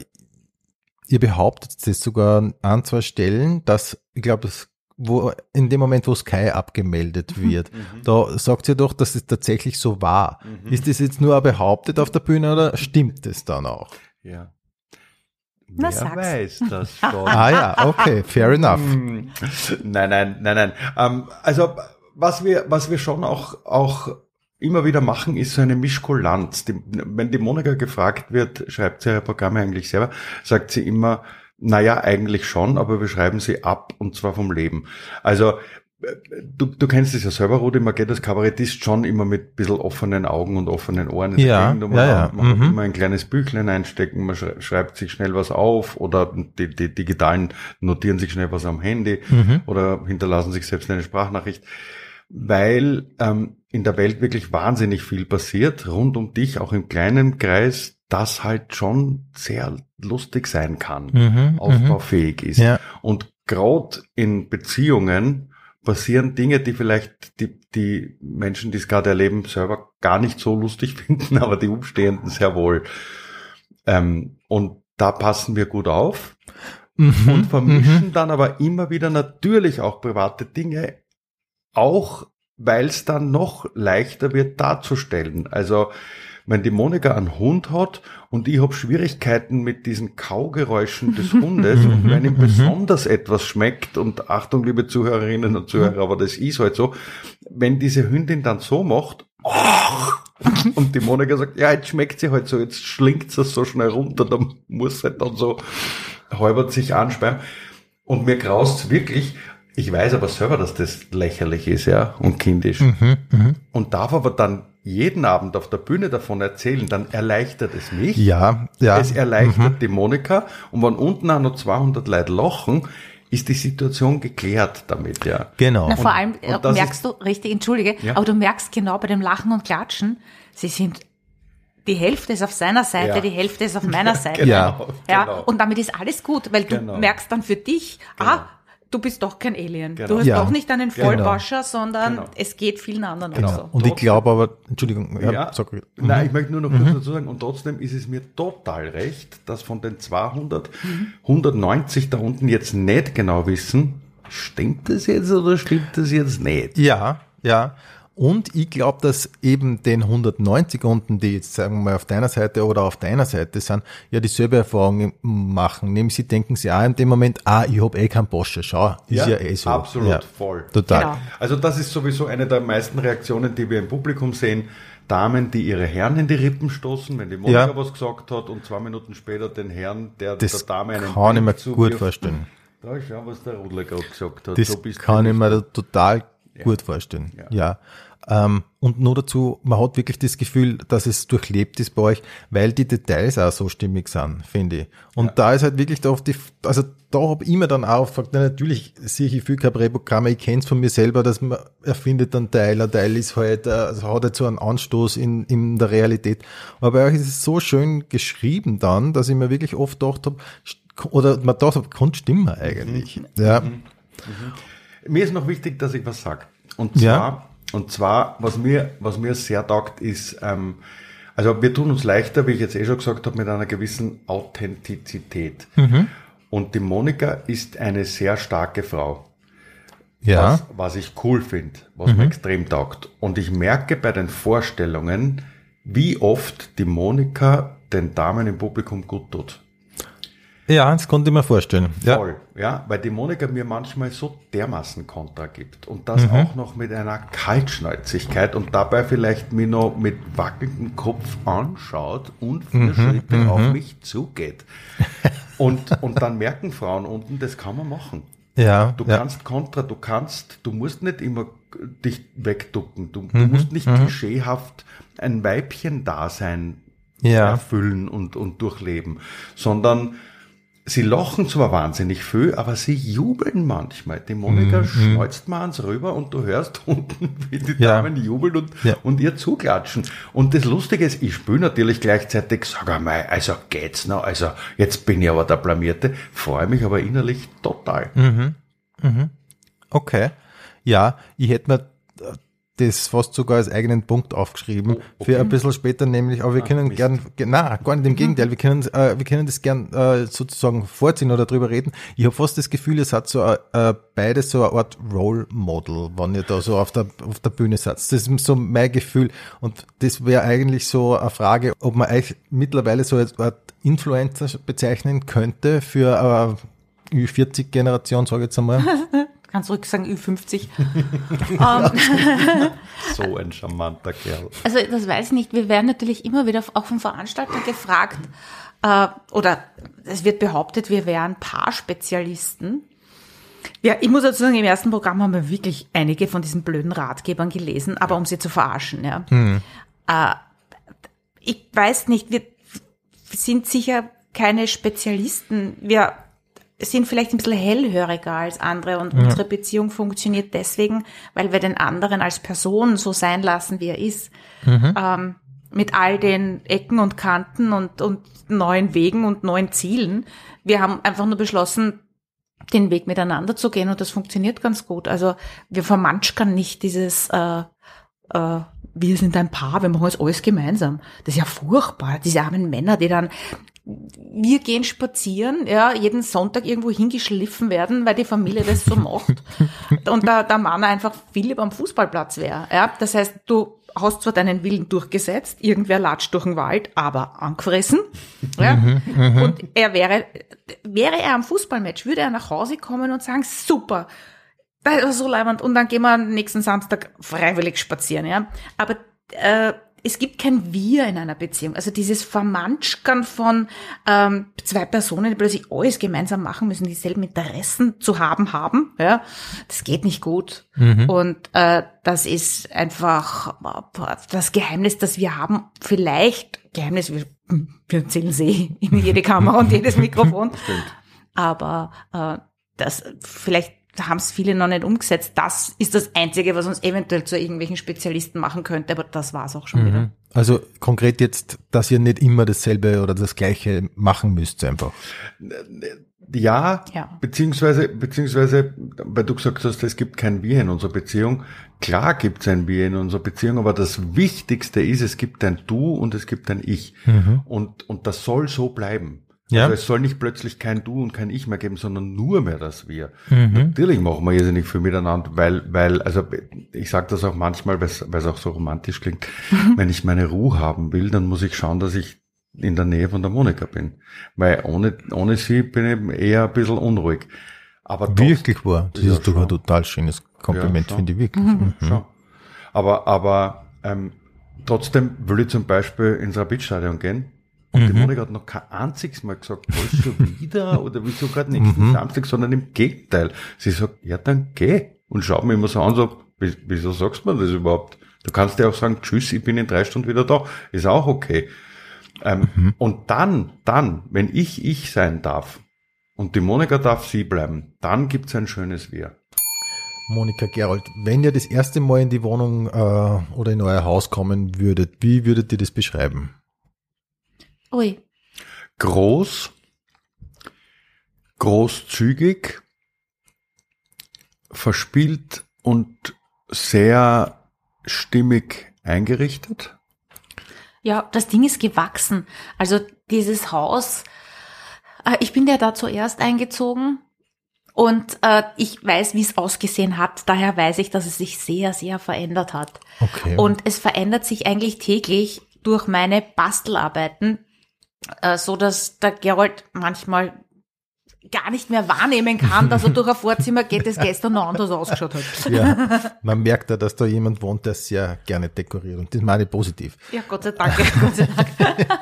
ihr behauptet das sogar an zwei Stellen, dass, ich glaube, es wo in dem Moment, wo Sky abgemeldet wird, Mhm. da sagt ihr doch, dass es tatsächlich so war. Mhm. Ist das jetzt nur behauptet auf der Bühne oder stimmt es dann auch? Ja. Na, Wer sag's. weiß das schon? Ah ja, okay, fair enough. Hm. Nein, nein, nein, nein. Ähm, also was wir, was wir schon auch, auch immer wieder machen, ist so eine Mischkulanz. Die, wenn die Monika gefragt wird, schreibt sie ihre Programme eigentlich selber, sagt sie immer, naja, eigentlich schon, aber wir schreiben sie ab und zwar vom Leben. Also du, du kennst es ja selber, Rudi, man geht als Kabarettist schon immer mit ein bisschen offenen Augen und offenen Ohren in Ja, der Gegend. Und ja, man, ja. man Mhm. hat immer ein kleines Büchlein einstecken, man schrei- schreibt sich schnell was auf oder die, die Digitalen notieren sich schnell was am Handy Mhm. oder hinterlassen sich selbst eine Sprachnachricht, weil ähm, in der Welt wirklich wahnsinnig viel passiert, rund um dich, auch im kleinen Kreis, das halt schon sehr lustig sein kann, Mhm, aufbaufähig ist. Ja. Und gerade in Beziehungen passieren Dinge, die vielleicht die, die Menschen, die es gerade erleben, selber gar nicht so lustig finden, aber die Umstehenden sehr wohl. Ähm, und da passen wir gut auf Mhm. und vermischen Mhm. dann aber immer wieder natürlich auch private Dinge, auch weil es dann noch leichter wird darzustellen. Also wenn die Monika einen Hund hat und ich habe Schwierigkeiten mit diesen Kaugeräuschen des Hundes und wenn ihm besonders etwas schmeckt, und Achtung, liebe Zuhörerinnen und Zuhörer, aber das ist halt so, wenn diese Hündin dann so macht, und die Monika sagt, ja, jetzt schmeckt sie halt so, jetzt schlingt sie so schnell runter, dann muss sie halt dann so halbert sich ansperren. Und mir graust's wirklich. Ich weiß aber selber, dass das lächerlich ist, ja, und kindisch. Mhm. Mhm. Und darf aber dann jeden Abend auf der Bühne davon erzählen, dann erleichtert es mich. Ja, ja. Es erleichtert die Monika. Und wenn unten auch noch zweihundert Leute lachen, ist die Situation geklärt damit, ja. Genau. Na, vor allem und äh, das merkst du, richtig, entschuldige, Ja. aber du merkst genau bei dem Lachen und Klatschen, sie sind, die Hälfte ist auf seiner Seite, Ja. die Hälfte ist auf meiner Seite. Ja. Ja, genau. und damit ist alles gut, weil Genau. du merkst dann für dich, ah, du bist doch kein Alien. Genau. Du hast Ja. doch nicht einen Genau. Vollbascher, sondern Genau. es geht vielen anderen Genau. auch so. Und ich glaube aber, Entschuldigung, ja, Ja, sag, mhm. nein, ich möchte nur noch kurz dazu sagen, und trotzdem ist es mir total recht, dass von den zweihundert, hundertneunzig da unten jetzt nicht genau wissen, stimmt das jetzt oder stimmt das jetzt nicht? Ja, ja. Und ich glaube, dass eben den hundertneunzig unten, die jetzt sagen wir mal auf deiner Seite oder auf deiner Seite sind, ja dieselbe Erfahrung machen. Nämlich sie denken sich auch in dem Moment, ah, ich hab eh keinen Boscher, schau, ist ja, eh so. Absolut, ja, voll. Total. Genau. Also das ist sowieso eine der meisten Reaktionen, die wir im Publikum sehen. Damen, die ihre Herren in die Rippen stoßen, wenn die Monika Ja. was gesagt hat und zwei Minuten später den Herrn, der Das der Dame einen kann ich mir Blick gut zuwirft. vorstellen. Da schau, was der Rudler gerade gesagt hat. Das so bist kann du ich nicht. mir da total Ja. gut vorstellen. Ja. Ja. Ähm, und nur dazu, man hat wirklich das Gefühl, dass es durchlebt ist bei euch, weil die Details auch so stimmig sind, finde ich. Und Ja. da ist halt wirklich da oft die, also da habe ich mir dann auch gefragt, na, natürlich sehe ich viel Cabaret-Programme, ich kenne es von mir selber, dass man erfindet einen Teil, ein Teil ist halt, also hat halt so einen Anstoß in, in der Realität. Aber bei euch ist es so schön geschrieben dann, dass ich mir wirklich oft gedacht habe, oder man dachte, kann stimmen eigentlich. Mhm. Ja. Mhm. Mir ist noch wichtig, dass ich was sage. Und Ja. zwar, und zwar, was mir, was mir sehr taugt, ist, ähm, also wir tun uns leichter, wie ich jetzt eh schon gesagt habe, mit einer gewissen Authentizität. Mhm. Und die Monika ist eine sehr starke Frau. Ja. Was, was ich cool finde, was mir extrem taugt. Und ich merke bei den Vorstellungen, wie oft die Monika den Damen im Publikum gut tut. Ja, das konnte ich mir vorstellen. Ja. Voll, ja, weil die Monika mir manchmal so dermaßen Kontra gibt und das auch noch mit einer Kaltschnäuzigkeit und dabei vielleicht mir noch mit wackelndem Kopf anschaut und vier Schritte auf mich zugeht. Und, und dann merken Frauen unten, das kann man machen. Ja. Du ja. kannst Kontra, du kannst, du musst nicht immer dich wegducken, du, du musst nicht klischeehaft ein Weibchen-Dasein Ja. erfüllen und, und durchleben, sondern sie lachen zwar wahnsinnig viel, aber sie jubeln manchmal. Die Monika schneuzt mal ans rüber und du hörst unten, wie die Ja. Damen jubeln und, Ja. und ihr zuklatschen. Und das Lustige ist, ich spüre natürlich gleichzeitig, sag einmal, also geht's noch, also jetzt bin ich aber der Blamierte, freue mich aber innerlich total. Okay. Ja, ich hätte mir das fast sogar als eigenen Punkt aufgeschrieben, Oh, okay. für ein bisschen später nämlich, aber wir Ah, können Mist. gern, ge- na, gar nicht, im Gegenteil, wir können, äh, wir können das gern äh, sozusagen vorziehen oder drüber reden. Ich habe fast das Gefühl, es hat so äh, beides so eine Art Role Model, wenn ihr da so auf der auf der Bühne sitzt. Das ist so mein Gefühl und das wäre eigentlich so eine Frage, ob man euch mittlerweile so als Art Influencer bezeichnen könnte für eine Ü vierzig Generation, sage ich jetzt einmal. Kannst ruhig sagen Ü fünfzig. ähm, So ein charmanter Kerl. Also das weiß ich nicht. Wir werden natürlich immer wieder auch von Veranstaltern gefragt, äh, oder es wird behauptet, wir wären Paarspezialisten. Ja, ich muss dazu sagen, im ersten Programm haben wir wirklich einige von diesen blöden Ratgebern gelesen, aber um sie zu verarschen. Ja. Äh, ich weiß nicht, wir sind sicher keine Spezialisten. Wir sind vielleicht ein bisschen hellhöriger als andere und ja. unsere Beziehung funktioniert deswegen, weil wir den anderen als Person so sein lassen, wie er ist. Mhm. Ähm, mit all den Ecken und Kanten und, und neuen Wegen und neuen Zielen. Wir haben einfach nur beschlossen, den Weg miteinander zu gehen und das funktioniert ganz gut. Also wir vermanschern nicht dieses äh, äh, wir sind ein Paar, wir machen jetzt alles gemeinsam. Das ist ja furchtbar, diese armen Männer, die dann wir gehen spazieren, ja, jeden Sonntag irgendwo hingeschliffen werden, weil die Familie das so macht. Und da, der Mann einfach viel lieber am Fußballplatz wäre. Ja, das heißt, du hast zwar deinen Willen durchgesetzt, irgendwer latscht durch den Wald, aber angefressen. Ja, mhm, und er wäre, wäre er am Fußballmatch, würde er nach Hause kommen und sagen, super, das war so leibend, und dann gehen wir nächsten Samstag freiwillig spazieren, ja. Aber, äh, es gibt kein Wir in einer Beziehung. Also dieses Vermanschkern von ähm, zwei Personen, die plötzlich alles gemeinsam machen müssen, dieselben Interessen zu haben haben, ja, das geht nicht gut. Mhm. Und äh, das ist einfach das Geheimnis, das wir haben. Vielleicht Geheimnis, wir, wir erzählen sie in jede Kamera und jedes Mikrofon. Aber äh, das vielleicht haben es viele noch nicht umgesetzt. Das ist das Einzige, was uns eventuell zu irgendwelchen Spezialisten machen könnte, aber das war es auch schon mhm. wieder. Also konkret jetzt, dass ihr nicht immer dasselbe oder das Gleiche machen müsst einfach. Ja, ja. beziehungsweise, beziehungsweise, weil du gesagt hast, es gibt kein Wir in unserer Beziehung. Klar gibt es ein Wir in unserer Beziehung, aber das Wichtigste ist, es gibt ein Du und es gibt ein Ich. Mhm. Und, und das soll so bleiben. Ja. Also es soll nicht plötzlich kein Du und kein Ich mehr geben, sondern nur mehr das Wir. Mhm. Natürlich machen wir irrsinnig viel miteinander, weil, weil, also ich sage das auch manchmal, weil es auch so romantisch klingt, mhm. wenn ich meine Ruhe haben will, dann muss ich schauen, dass ich in der Nähe von der Monika bin. Weil ohne, ohne sie bin ich eher ein bisschen unruhig. Aber wirklich wahr. Das ja, ist doch ein total schönes Kompliment, ja, finde ich wirklich. Mhm. Mhm. Aber, aber ähm, trotzdem will ich zum Beispiel ins Rapidstadion gehen. Und mhm. die Monika hat noch kein einziges Mal gesagt, was schon wieder oder wieso gerade nächsten mhm. Samstag, sondern im Gegenteil. Sie sagt, ja, dann geh. Und schaut mir immer so an, so, Wie, wieso sagst du mir das überhaupt? Du kannst ja auch sagen, tschüss, ich bin in drei Stunden wieder da. Ist auch okay. Ähm, mhm. Und dann, dann, wenn ich ich sein darf und die Monika darf sie bleiben, dann gibt's ein schönes Wir. Monika Gerold, wenn ihr das erste Mal in die Wohnung äh, oder in euer Haus kommen würdet, wie würdet ihr das beschreiben? Ui. Groß, großzügig, verspielt und sehr stimmig eingerichtet. Ja, das Ding ist gewachsen. Also dieses Haus, äh, ich bin ja da zuerst eingezogen und äh, ich weiß, wie es ausgesehen hat. Daher weiß ich, dass es sich sehr, sehr verändert hat. Okay. Und es verändert sich eigentlich täglich durch meine Bastelarbeiten, äh, so dass der Gerold manchmal gar nicht mehr wahrnehmen kann, dass er durch ein Vorzimmer geht, das gestern noch anders ausgeschaut hat. Ja, man merkt ja, dass da jemand wohnt, der sehr gerne dekoriert und das meine ich positiv. Ja, Gott sei Dank, Gott sei Dank.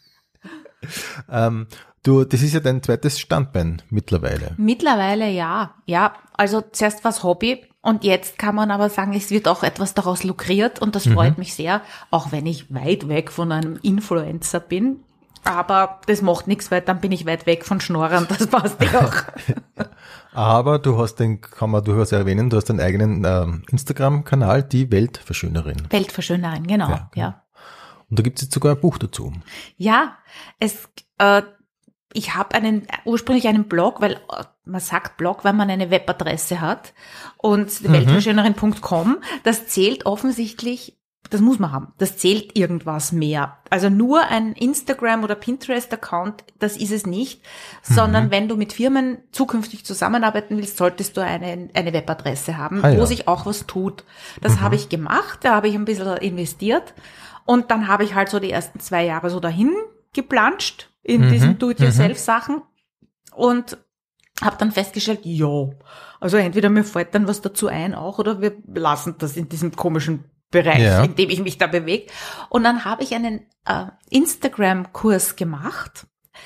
ähm, du, das ist ja dein zweites Standbein mittlerweile. Mittlerweile ja, ja. Also zuerst war es Hobby und jetzt kann man aber sagen, es wird auch etwas daraus lukriert und das freut mhm. mich sehr, auch wenn ich weit weg von einem Influencer bin. Aber das macht nichts, weil dann bin ich weit weg von Schnorren, das passt ja auch. Aber du hast den, kann man durchaus erwähnen, du hast deinen eigenen ähm, Instagram-Kanal, die Weltverschönerin. Weltverschönerin, genau, ja. ja. ja. Und da gibt es jetzt sogar ein Buch dazu. Ja, es, äh, ich habe einen ursprünglich einen Blog, weil äh, man sagt Blog, weil man eine Webadresse hat und mhm. weltverschönerin punkt com, das zählt offensichtlich. Das muss man haben. Das zählt irgendwas mehr. Also nur ein Instagram- oder Pinterest-Account, das ist es nicht, mhm. sondern wenn du mit Firmen zukünftig zusammenarbeiten willst, solltest du eine, eine Webadresse haben, ah, wo ja. sich auch was tut. Das mhm. habe ich gemacht, da habe ich ein bisschen investiert und dann habe ich halt so die ersten zwei Jahre so dahin geplanscht in mhm. diesen Do-it-yourself-Sachen und habe dann festgestellt, ja, also entweder mir fällt dann was dazu ein auch oder wir lassen das in diesem komischen Bereich, ja. in dem ich mich da bewege. Und dann habe ich einen äh, Instagram-Kurs gemacht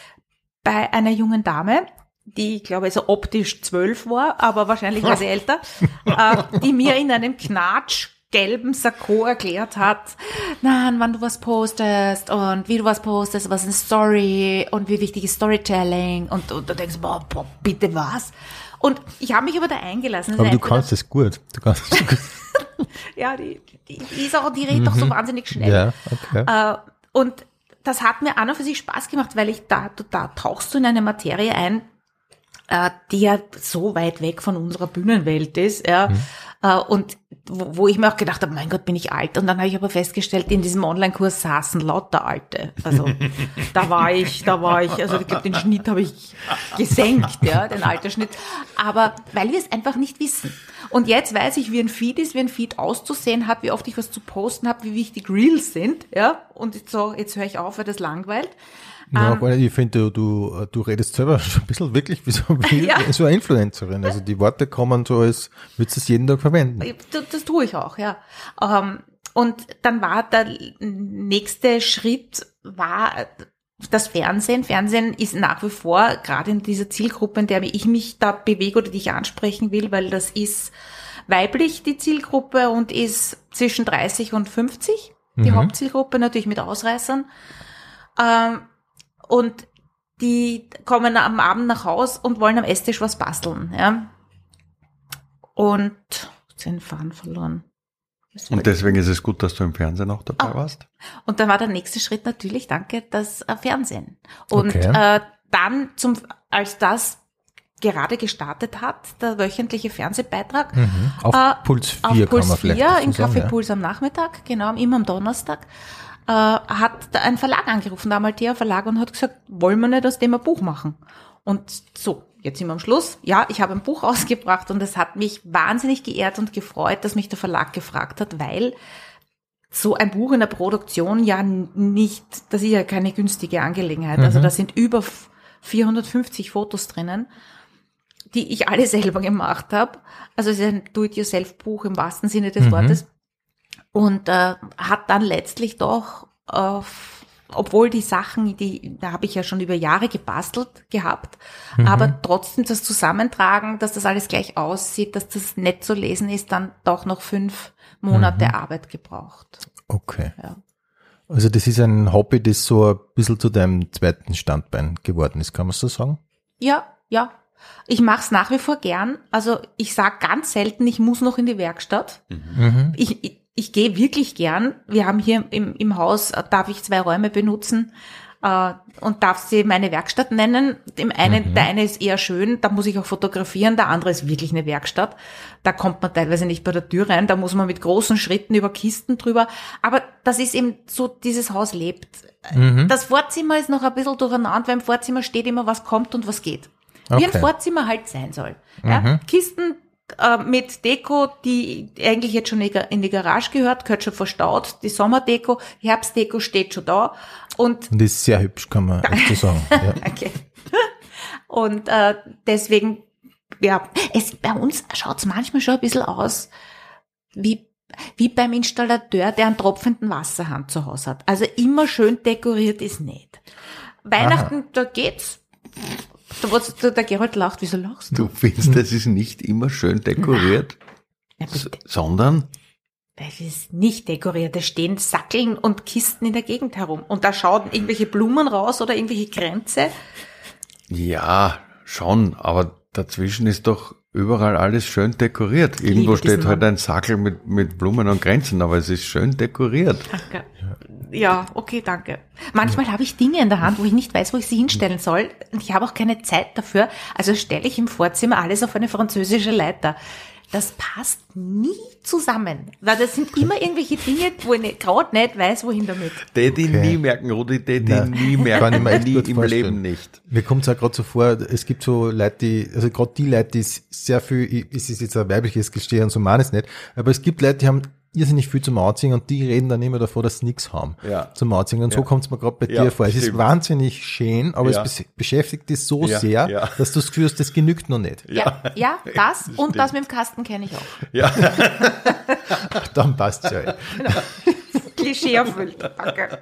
bei einer jungen Dame, die, ich glaube, so optisch zwölf war, aber wahrscheinlich war sie älter, äh, die mir in einem knatschgelben Sakko erklärt hat, nein, wann du was postest und wie du was postest, was ist eine Story und wie wichtig ist Storytelling und, und du denkst, boah, boah, bitte was? Und ich habe mich aber da eingelassen. Aber du kannst es gut. Du kannst es gut. Ja, die, die, die ist auch, die redet doch so wahnsinnig schnell. Ja, okay. Äh, und das hat mir an und für sich Spaß gemacht, weil ich da, da tauchst du in eine Materie ein, äh, die ja so weit weg von unserer Bühnenwelt ist, ja. Mhm. Äh, und wo, wo ich mir auch gedacht habe, mein Gott, bin ich alt. Und dann habe ich aber festgestellt, in diesem Online-Kurs saßen lauter Alte. Also da war ich, da war ich, also ich glaube, den Schnitt habe ich gesenkt, ja, den Altersschnitt. Aber weil wir es einfach nicht wissen. Und jetzt weiß ich, wie ein Feed ist, wie ein Feed auszusehen hat, wie oft ich was zu posten habe, wie wichtig Reels sind, ja. Und jetzt so, jetzt höre ich auf, weil das langweilt. Ja, Um, ich finde, du, du, du redest selber schon ein bisschen wirklich wie so, wie ja. so eine Influencerin. Also die Worte kommen so, als würdest du es jeden Tag verwenden. Das, das tue ich auch, ja. Um, und dann war der nächste Schritt, war das Fernsehen. Fernsehen ist nach wie vor, gerade in dieser Zielgruppe, in der ich mich da bewege oder die ich ansprechen will, weil das ist weiblich, die Zielgruppe, und ist zwischen dreißig und fünfzig, die mhm. Hauptzielgruppe, natürlich mit Ausreißern. Um, Und die kommen am Abend nach Haus und wollen am Esstisch was basteln, ja. Und jetzt den Faden verloren. Und deswegen ist es gut, dass du im Fernsehen auch dabei oh. warst. Und dann war der nächste Schritt natürlich, danke, das äh, Fernsehen. Und okay. äh, dann, zum, als das gerade gestartet hat, der wöchentliche Fernsehbeitrag. Mhm. Auf äh, Puls vier auf kann Puls man vielleicht vier, im sagen, Café ja. Puls am Nachmittag, genau, immer am Donnerstag. Äh, hat ein Verlag angerufen, der Amalthea Verlag, und hat gesagt, wollen wir nicht aus dem ein Buch machen? Und so, jetzt sind wir am Schluss. Ja, ich habe ein Buch ausgebracht und es hat mich wahnsinnig geehrt und gefreut, dass mich der Verlag gefragt hat, weil so ein Buch in der Produktion ja nicht, das ist ja keine günstige Angelegenheit. Mhm. Also da sind über vierhundertfünfzig Fotos drinnen, die ich alle selber gemacht habe. Also es ist ein Do-it-yourself-Buch im wahrsten Sinne des mhm. Wortes. Und äh, hat dann letztlich doch äh, obwohl die Sachen, die, da habe ich ja schon über Jahre gebastelt gehabt, Mhm. aber trotzdem das Zusammentragen, dass das alles gleich aussieht, dass das nett zu lesen ist, dann doch noch fünf Monate Mhm. Arbeit gebraucht. Okay. Ja. Also das ist ein Hobby, das so ein bisschen zu deinem zweiten Standbein geworden ist, kann man so sagen? Ja, ja. Ich mache es nach wie vor gern. Also ich sage ganz selten, ich muss noch in die Werkstatt. Mhm. Ich, ich, ich gehe wirklich gern. Wir haben hier im, im Haus, äh, darf ich zwei Räume benutzen äh, und darf sie meine Werkstatt nennen. Im einen, Mhm. Der eine ist eher schön, da muss ich auch fotografieren, der andere ist wirklich eine Werkstatt. Da kommt man teilweise nicht bei der Tür rein, da muss man mit großen Schritten über Kisten drüber. Aber das ist eben so, dieses Haus lebt. Mhm. Das Vorzimmer ist noch ein bisschen durcheinander, weil im Vorzimmer steht immer, was kommt und was geht. Wie ein Okay. Vorzimmer halt sein soll. Ja? Mhm. Kisten äh, mit Deko, die eigentlich jetzt schon in die Garage gehört, gehört schon verstaut. Die Sommerdeko, die Herbstdeko steht schon da. Und Und ist sehr hübsch, kann man echt so sagen. Ja. okay. Und äh, deswegen, ja, es bei uns schaut es manchmal schon ein bisschen aus wie wie beim Installateur, der einen tropfenden Wasserhahn zu Hause hat. Also immer schön dekoriert ist nicht. Weihnachten, Aha. da geht's. Da, was- der, der Gerald lacht, wieso lachst du? Du findest, das ist nicht immer schön dekoriert, Ja, s- bitte. sondern Das ist nicht dekoriert. Da stehen Sackeln und Kisten in der Gegend herum. Und da schauen irgendwelche Blumen raus oder irgendwelche Kränze. ja, schon, aber dazwischen ist doch überall alles schön dekoriert. liebe Irgendwo diesen steht halt Mann. ein Sackel mit, mit Blumen und Grenzen, aber es ist schön dekoriert. Danke. Ja, okay, danke. Manchmal habe ich Dinge in der Hand, wo ich nicht weiß, wo ich sie hinstellen soll. Und ich habe auch keine Zeit dafür. Also stelle ich im Vorzimmer alles auf eine französische Leiter. Das passt nie zusammen. Weil das sind immer irgendwelche Dinge, wo ich gerade nicht weiß, wohin damit. Die, die Okay. nie merken, Rudi, die, die Nein, nie kann ich merken, mir echt nie gut im vorstellen. Leben nicht. Mir kommt es auch gerade so vor, es gibt so Leute, die, also gerade die Leute, die sehr viel, es ist jetzt ein weibliches Gestehen und so meine ich es nicht, aber es gibt Leute, die haben irrsinnig viel zum Anziehen und die reden dann immer davor, dass sie nichts haben Ja. zum Anziehen. Und so Ja. kommt es mir gerade bei Ja, dir vor. Es ist stimmt. wahnsinnig schön, aber Ja. es bes- beschäftigt dich so Ja, sehr, ja. dass du das Gefühl hast, das genügt noch nicht. Ja, ja, das und stimmt. das mit dem Kasten kenne ich auch. Ja, Dann passt's ja. Klischee erfüllt. Danke.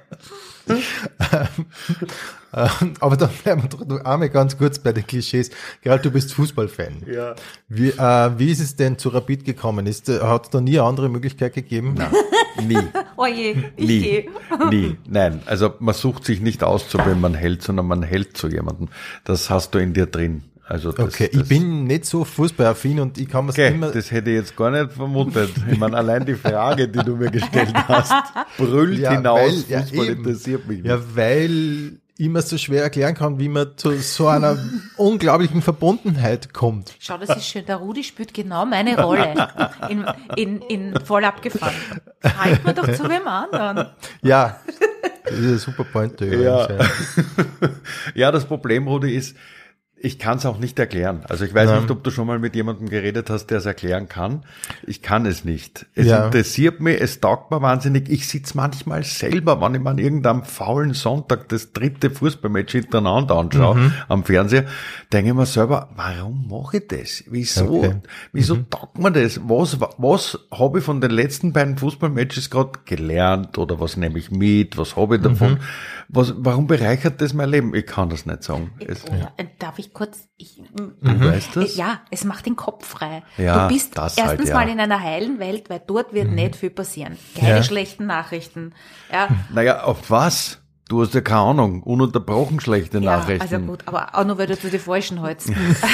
Ähm, Aber dann bleiben wir doch noch einmal ganz kurz bei den Klischees. Gerade du bist Fußballfan. ja. Wie, äh, wie ist es denn zu Rapid gekommen? Ist, hat es da nie eine andere Möglichkeit gegeben? Nein, nie. Oh je, ich Nie, gehe. nie, nein. Also man sucht sich nicht aus, zu wem man hält, sondern man hält zu jemandem. Das hast du in dir drin. Also das, Okay, das, ich bin nicht so fußballaffin und ich kann mir Okay, immer... das hätte ich jetzt gar nicht vermutet. Ich meine, allein die Frage, die du mir gestellt hast, brüllt Ja, hinaus, weil- ja, Fußball eben. interessiert mich nicht. Ja, weil ich mir so schwer erklären kann, wie man zu so einer unglaublichen Verbundenheit kommt. Schau, das ist schön. Der Rudi spielt genau meine Rolle. In, in, in voll abgefahren. Halt mir doch zu wem anderen. Ja, das ist ein super Pointer. Ja. übrigens, Ja, das Problem, Rudi, ist, ich kann es auch nicht erklären. Also ich weiß Nein. nicht, ob du schon mal mit jemandem geredet hast, der es erklären kann. Ich kann es nicht. Es Ja. interessiert mich, es taugt mir wahnsinnig. Ich sitze manchmal selber, wenn ich mir an irgendeinem faulen Sonntag das dritte Fußballmatch hintereinander anschaue Mhm. am Fernseher, denke ich mir selber, warum mache ich das? Wieso? Okay. Wieso taugt mir das? Was, was habe ich von den letzten beiden Fußballmatches gerade gelernt oder was nehme ich mit? Was habe ich davon? Mhm. Was, warum bereichert das mein Leben? Ich kann das nicht sagen. Es, Ja. Darf ich kurz? Ich, Du weißt das? Ja, es macht den Kopf frei. Ja, du bist das erstens halt, ja. mal in einer heilen Welt, weil dort wird nicht viel passieren. Keine Ja. schlechten Nachrichten. Ja, Naja, auf was? Du hast ja keine Ahnung. Ununterbrochen schlechte ja Nachrichten. also gut, aber auch nur, weil du zu den Falschen hältst.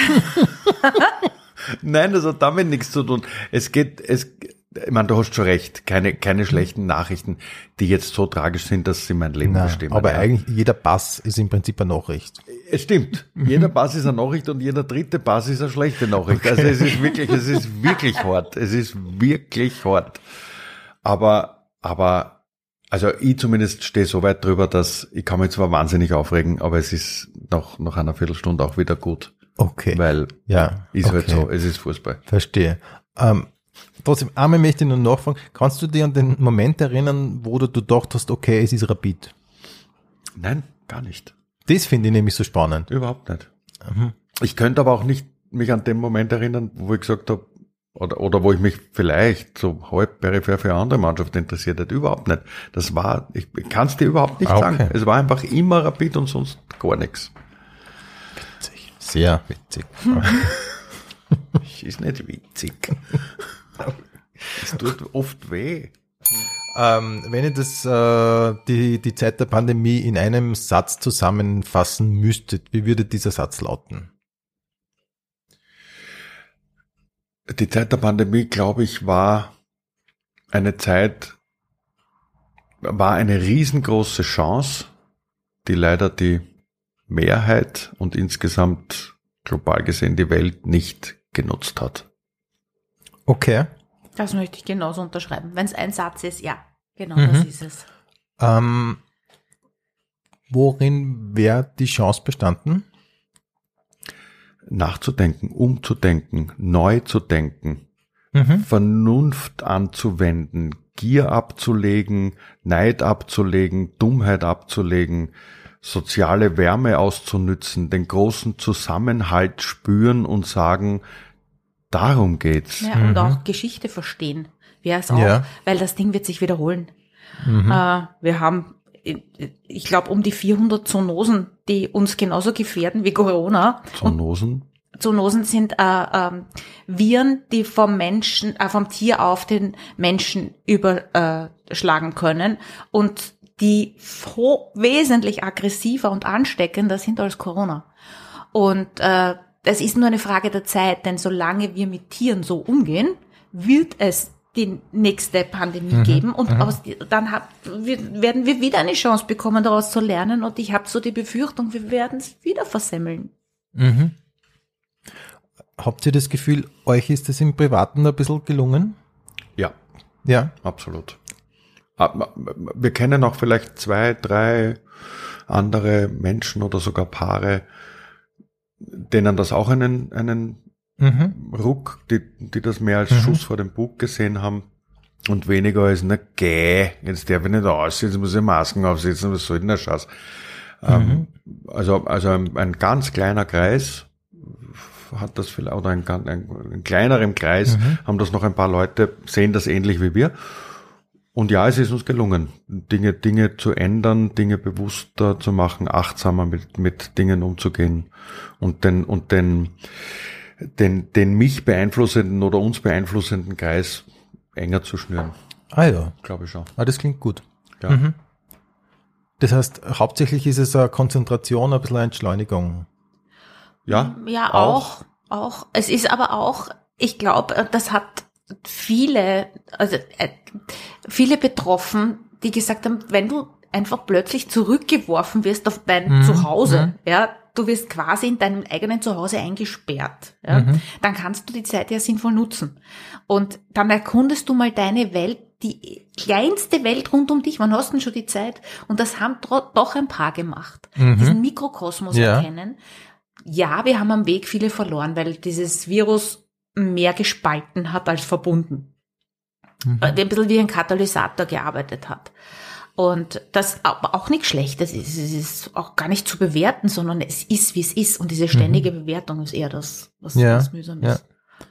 Nein, das hat damit nichts zu tun. Es geht, es, ich meine, du hast schon recht. Keine, keine schlechten Nachrichten, die jetzt so tragisch sind, dass sie mein Leben Nein, bestimmen. aber ja. eigentlich jeder Pass ist im Prinzip eine Nachricht. Es stimmt. Jeder Pass ist eine Nachricht und jeder dritte Pass ist eine schlechte Nachricht. Also es ist wirklich, es ist wirklich hart. Es ist wirklich hart. Aber, aber, also ich zumindest stehe so weit drüber, dass ich kann mich zwar wahnsinnig aufregen, aber es ist nach, nach einer Viertelstunde auch wieder gut. Okay. Weil Ja, ist halt okay. so, es ist Fußball. Verstehe. Ähm, trotzdem, einmal möchte ich nur nachfragen, kannst du dir an den Moment erinnern, wo du, du gedacht hast, okay, es ist Rapid? Nein, gar nicht. Das finde ich nämlich so spannend. Überhaupt nicht. Mhm. Ich könnte aber auch nicht mich an den Moment erinnern, wo ich gesagt habe, oder, oder wo ich mich vielleicht so halb peripher für eine andere Mannschaft interessiert hätte, überhaupt nicht. Das war, ich kann es dir überhaupt nicht Okay. sagen. Es war einfach immer Rapid und sonst gar nichts. Witzig. Sehr witzig. Das ist nicht witzig. Es tut oft weh. Ähm, wenn ihr das, äh, die, die Zeit der Pandemie in einem Satz zusammenfassen müsstet, wie würde dieser Satz lauten? Die Zeit der Pandemie, glaube ich, war eine Zeit, war eine riesengroße Chance, die leider die Mehrheit und insgesamt global gesehen die Welt nicht genutzt hat. Okay. Das möchte ich genauso unterschreiben. Wenn es ein Satz ist, ja, genau Mhm. das ist es. Ähm, worin wäre die Chance bestanden? Nachzudenken, umzudenken, neu zu denken, Mhm. Vernunft anzuwenden, Gier abzulegen, Neid abzulegen, Dummheit abzulegen, soziale Wärme auszunützen, den großen Zusammenhalt spüren und sagen, darum geht's. Ja, und auch Geschichte verstehen. Wäre es auch, Ja. weil das Ding wird sich wiederholen. Mhm. Äh, wir haben, ich glaube, um die vierhundert Zoonosen, die uns genauso gefährden wie Corona. Und Zoonosen. Zoonosen sind äh, ähm, Viren, die vom Menschen, äh, vom Tier auf den Menschen überschlagen können und die ho- wesentlich aggressiver und ansteckender sind als Corona. Und äh, es ist nur eine Frage der Zeit, denn solange wir mit Tieren so umgehen, wird es die nächste Pandemie Mhm. geben und Mhm. aus, dann hab, wir, werden wir wieder eine Chance bekommen, daraus zu lernen und ich habe so die Befürchtung, wir werden es wieder versemmeln. Mhm. Habt ihr das Gefühl, euch ist es im Privaten ein bisschen gelungen? Ja, Ja. absolut. Aber wir kennen auch vielleicht zwei, drei andere Menschen oder sogar Paare, denen das auch einen, einen Mhm. Ruck, die, die das mehr als Mhm. Schuss vor den Bug gesehen haben und weniger als, na gäh, jetzt darf ich nicht aus, jetzt muss ich Masken aufsetzen, was soll denn der Scheiß? Ähm, also, also ein, ein ganz kleiner Kreis hat das vielleicht, oder ein, ein, ein kleinerem Kreis Mhm. haben das noch ein paar Leute, sehen das ähnlich wie wir. Und ja, es ist uns gelungen, Dinge, Dinge zu ändern, Dinge bewusster zu machen, achtsamer mit, mit Dingen umzugehen und den, und den, den, den mich beeinflussenden oder uns beeinflussenden Kreis enger zu schnüren, Ah ja, glaube ich schon. ah, das klingt gut. Ja. Mhm. Das heißt, hauptsächlich ist es eine Konzentration, ein bisschen eine Entschleunigung. Ja, Ja, auch, auch. Es ist aber auch, ich glaube, das hat viele, also äh, viele betroffen, die gesagt haben, wenn du einfach plötzlich zurückgeworfen wirst auf dein Mhm, Zuhause, mhm. ja, du wirst quasi in deinem eigenen Zuhause eingesperrt, ja, Mhm. dann kannst du die Zeit ja sinnvoll nutzen. Und dann erkundest du mal deine Welt, die kleinste Welt rund um dich. Wann hast du denn schon die Zeit? Und das haben tro- doch ein paar gemacht. Mhm. Diesen Mikrokosmos Ja. erkennen. Ja, wir haben am Weg viele verloren, weil dieses Virus mehr gespalten hat als verbunden. Mhm. Weil der ein bisschen wie ein Katalysator gearbeitet hat. Und das aber auch nichts Schlechtes ist. Es ist auch gar nicht zu bewerten, sondern es ist, wie es ist. Und diese ständige Bewertung ist eher das, was, Ja, was mühsam ja. ist.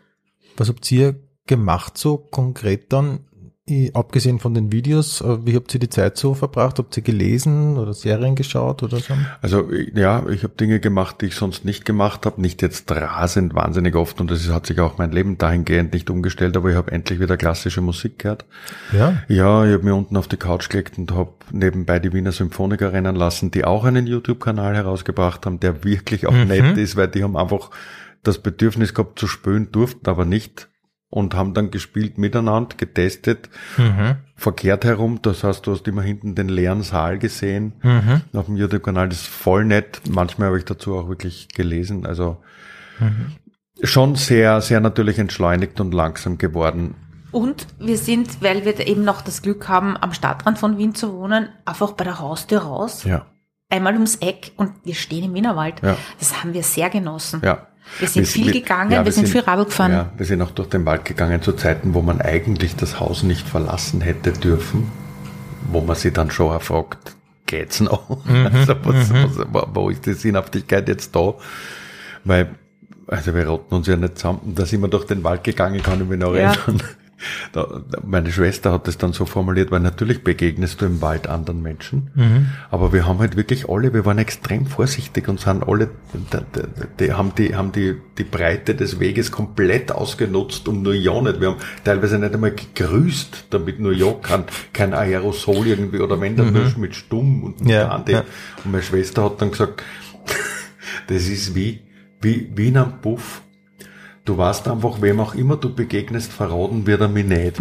Was habt ihr gemacht so konkret dann, i- abgesehen von den Videos? äh, Wie habt ihr die Zeit so verbracht? Habt ihr gelesen oder Serien geschaut oder so? Also ja, ich habe Dinge gemacht, die ich sonst nicht gemacht habe, nicht jetzt rasend wahnsinnig oft und das hat sich auch mein Leben dahingehend nicht umgestellt, aber ich habe endlich wieder klassische Musik gehört. Ja. Ja, ich habe mir unten auf die Couch gelegt und habe nebenbei die Wiener Symphoniker rennen lassen, die auch einen YouTube-Kanal herausgebracht haben, der wirklich auch Mhm. nett ist, weil die haben einfach das Bedürfnis gehabt zu spielen, durften aber nicht und haben dann gespielt miteinander, getestet, Mhm. verkehrt herum. Das heißt, du hast immer hinten den leeren Saal gesehen Mhm. auf dem YouTube-Kanal. Das ist voll nett. Manchmal habe ich dazu auch wirklich gelesen. Also Mhm. schon sehr, sehr natürlich entschleunigt und langsam geworden. Und wir sind, weil wir eben noch das Glück haben, am Stadtrand von Wien zu wohnen, einfach bei der Haustür raus, Ja, einmal ums Eck und wir stehen im Wienerwald. Ja. Das haben wir sehr genossen. ja. Wir sind viel wir- gegangen, ja, wir, sind viel Radl gefahren. Ja, wir sind auch durch den Wald gegangen zu Zeiten, wo man eigentlich das Haus nicht verlassen hätte dürfen, wo man sich dann schon auch fragt, geht's noch? Also, was, was, wo ist die Sinnhaftigkeit jetzt da? Weil also wir rotten uns ja nicht zusammen, da sind wir durch den Wald gegangen, kann ich mich noch Ja. erinnern. Da, meine Schwester hat das dann so formuliert, weil natürlich begegnest du im Wald anderen Menschen, Mhm. aber wir haben halt wirklich alle, wir waren extrem vorsichtig und sind alle, die, die haben die, haben die, die Breite des Weges komplett ausgenutzt, um nur ja nicht, wir haben teilweise nicht einmal gegrüßt, damit nur ja kein, kein Aerosol irgendwie, oder wenn dann nur mit Stumm und Ja, Andi. ja. Und meine Schwester hat dann gesagt, das ist wie, wie, wie in einem Puff. Du weißt einfach, wem auch immer du begegnest, verraten wird er mich nicht.